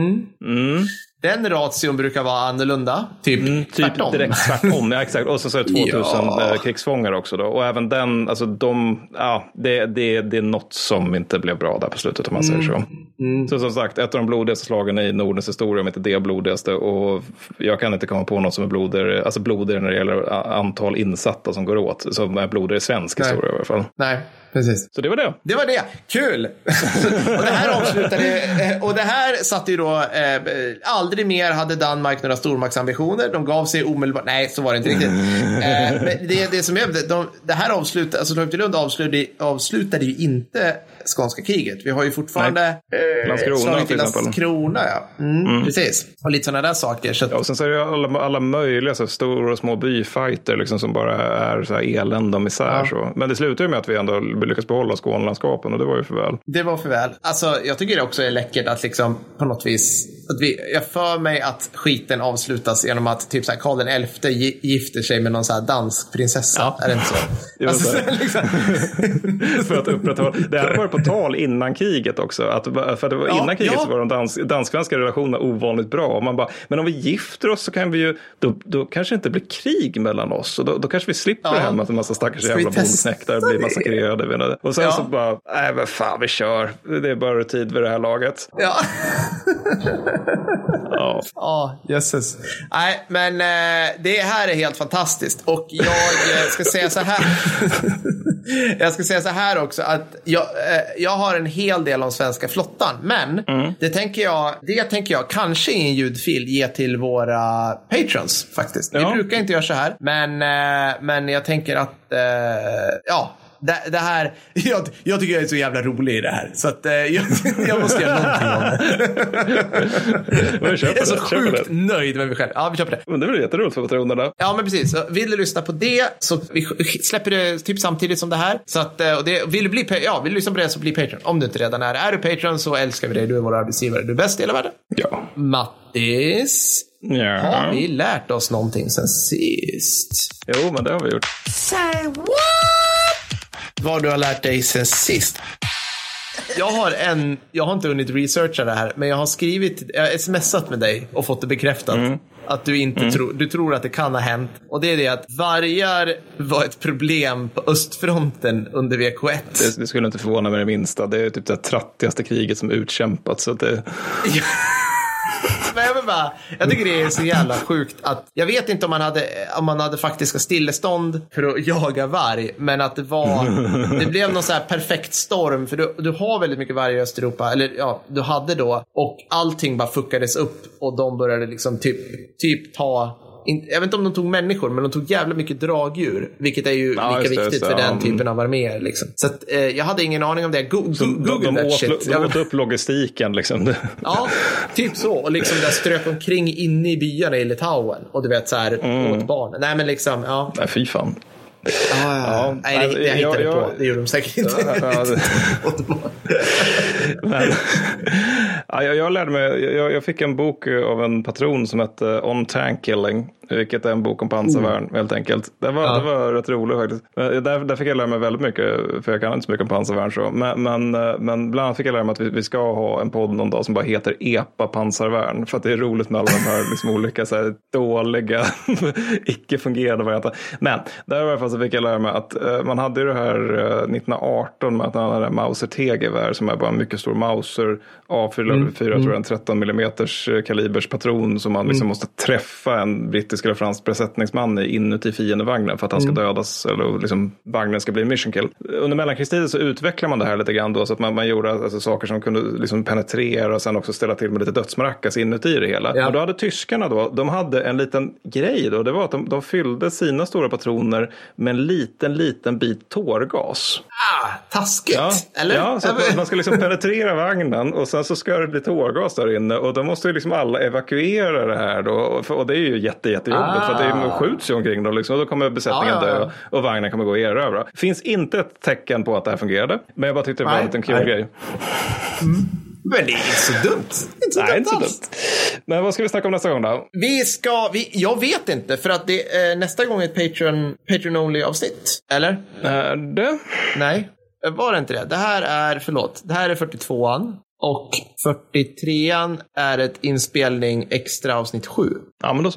A: Den
B: ration brukar vara annorlunda. Typ tvärtom.
A: Direkt tvärtom, ja exakt. Och så är det 2000 krigsfångar också då. Och även den, alltså det är något som inte blev bra där på slutet, om man säger så. Så som sagt, ett av de blodigaste slagen i Nordens historia, om inte det blodigaste. Och jag kan inte komma på något som är blodigare när det gäller antal insatta som går åt, som är blodigare i svensk historia i alla fall.
B: Nej. Precis.
A: Så det var det.
B: Det var det. Kul! Och det här avslutade, och det här satte ju då aldrig mer hade Danmark några stormaktsambitioner. De gav sig omedelbart. Nej, så var det inte riktigt. Men det som det här avslutade, alltså Torptilund avslutade ju inte skånska kriget. Vi har ju fortfarande
A: Landskrona till exempel.
B: Landskrona, ja. Precis. Och lite sådana där saker. Så
A: och sen så är det alla möjliga så stora och små byfighter liksom, som bara är så här elände och misär. Så. Men det slutar ju med att vi ändå lyckas behålla Skånelandskapen, och det var ju för väl.
B: Det var för väl. Alltså, jag tycker det också är läckert att liksom på något vis jag för mig att skiten avslutas genom att typ så här Karl XI gifter sig med någon så här dansk prinsessa. Ja. Är det inte så? Alltså, liksom.
A: För att upprätthålla. Det här var på tal innan kriget också. För det var innan kriget så var de dansk-svenska relationerna ovanligt bra. Och man bara, men om vi gifter oss så kan vi ju, då kanske inte blir krig mellan oss. Och då kanske vi slipper det här med att en massa stackars jävla bondknäcktar blir massakrerade. Och sen så bara, nej men fan, vi kör. Det är bara tid vid det här laget.
B: Ja. Jösses. Nej, men det här är helt fantastiskt. Och jag ska säga så här. Jag ska säga så här också, att jag har en hel del om svenska flottan, men det tänker jag kanske i en ljudfil ge till våra patrons faktiskt. Vi brukar inte göra så här, men jag tänker att det här, jag tycker jag är så jävla rolig i det här, så att jag måste göra någonting om det. Jag är så sjukt nöjd med mig själv. Ja, vi köper det.
A: Men det blir jätteroligt för patronerna.
B: Ja, men precis. Så vill du lyssna på det, så vi släpper det typ samtidigt som det här. Så att, och det, vill du lyssna på det, så bli Patreon. Om du inte redan är. Är du Patreon så älskar vi dig. Du är vår arbetsgivare. Du är bäst i hela världen.
A: Ja.
B: Mattis.
A: Ja.
B: Har vi lärt oss någonting sen sist?
A: Jo, men det har vi gjort.
B: Say what? Vad du har lärt dig sen sist? Jag har inte hunnit researcha det här, men jag har smsat med dig och fått det bekräftat. Att du inte du tror att det kan ha hänt. Och det är det att vargar var ett problem på östfronten under VK1.
A: Det skulle inte förvåna mig det minsta. Det är typ det 30:e kriget som utkämpats. Så att det...
B: Men jag tycker det är så jävla sjukt att jag vet inte om man hade faktiska stillestånd för att jaga varg, men att det blev någon så här perfekt storm, för du har väldigt mycket varg i Östeuropa, eller ja, du hade då, och allting bara fuckades upp och de började liksom typ ta, jag vet inte om de tog människor, men de tog jävla mycket dragdjur, vilket är ju lika viktigt för den typen av arméer liksom. Så att, jag hade ingen aning om det.
A: De åt upp logistiken liksom.
B: Ja, typ så. Och liksom där strök omkring inne i byarna i Litauen. Och du vet så här, åt barn. Nej men liksom, ja.
A: Nej, fy fan.
B: Nej, det hittade jag på. Det gjorde de säkert inte.
A: Men, jag lärde mig, jag fick en bok av en patron som hette On Tank Killing, vilket är en bok om pansarvärn helt enkelt. Det var rätt roligt faktiskt. Där fick jag lära mig väldigt mycket, för jag kan inte så mycket om pansarvärn så. Men bland annat fick jag lära mig att vi ska ha en podd någon dag som bara heter EPA pansarvärn, för att det är roligt med alla de här liksom olika så här dåliga icke-fungerande varianter. Men där i alla fall så fick jag lära mig att man hade ju det här 1918 med att man hade en Mauser T-gevär som är bara en mycket stor Mauser A4 tror jag, en 13 mm kalibers patron som man liksom måste träffa en brittisk eller fransk besättningsman inuti fiendevagnen för att han ska dödas eller liksom vagnen ska bli mission kill. Under mellankrigstiden så utvecklar man det här lite grann då, så att man gjorde alltså saker som kunde liksom penetrera och sen också ställa till med lite dödsmarackas inuti det hela. Ja. Och då hade tyskarna då, de hade en liten grej då, det var att de fyllde sina stora patroner med en liten bit tårgas.
B: Taskigt,
A: ja,
B: eller?
A: Ja, så att man ska liksom penetrera vagnen och sen så ska det bli tårgas där inne och då måste ju liksom alla evakuera det här då, och det är ju jättejobbigt för att det skjuts ju omkring då liksom, och då kommer besättningen dö och vagnen kommer gå erövra. Finns inte ett tecken på att det här fungerade, men jag bara tyckte det var en liten kul grej.
B: Men det är inte så dumt.
A: Nej, inte så dumt. Men vad ska vi snacka om nästa gång då?
B: Jag vet inte, för att det är nästa gång ett Patreon-only avsnitt. Eller?
A: Det?
B: Nej, var det inte det? Det här är 42an. Och 43an är ett inspelning extra avsnitt 7.
A: Ja, men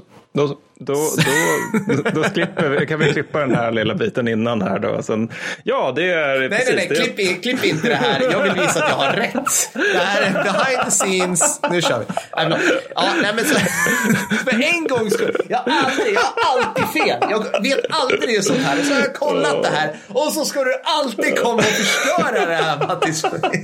A: då kan vi klippa den här lilla biten innan här då. Sen, ja, det är
B: nej, klipp inte det här. Jag vill visa att jag har rätt. Det här är behind the scenes. Nu kör vi. Men så, för en gång skull, jag har alltid fel. Jag vet aldrig sånt här. Så har jag kollat det här och så ska du alltid komma och förstöra det här, Mattis.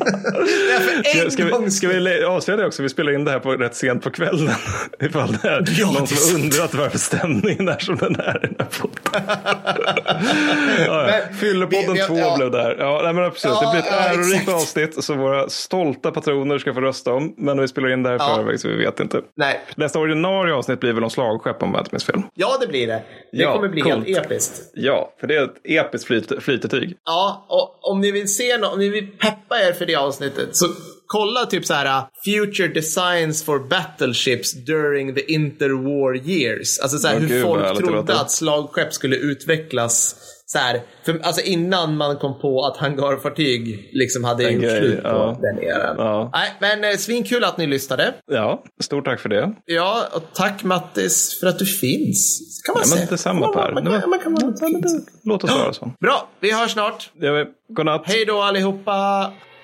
A: Ska vi avslöja det också? Vi spelar in det här på rätt sent på kvällen. Ifall det är någon som undrat varför stämningen är som den är i den här podden. Fyllepodden 2 blev där. Ja, nej, men absolut. Det blir ett ärorikt avsnitt som våra stolta patroner ska få rösta om. Men vi spelar in det här förväg så vi vet inte.
B: Nej.
A: Nästa ordinarie avsnitt blir väl om slagskepp om jag inte minns fel.
B: Ja, det blir det. Det kommer bli helt episkt.
A: Ja, för det är ett episkt flytetyg.
B: Ja, och om ni vill peppa er för det avsnittet så kolla typ så här future designs for battleships during the interwar years. Alltså så här, hur folk trodde att slagskepp skulle utvecklas så här, alltså innan man kom på att hangarfartyg liksom hade gjort slut på den eran. Ja. Nej, men svinkul att ni lyssnade.
A: Ja, stort tack för det.
B: Ja, och tack Mattis för att du finns. Kan man säga.
A: Men detsamma Per.
B: Låt oss vara så. Bra, vi hörs snart.
A: Godnatt.
B: Hej då allihopa.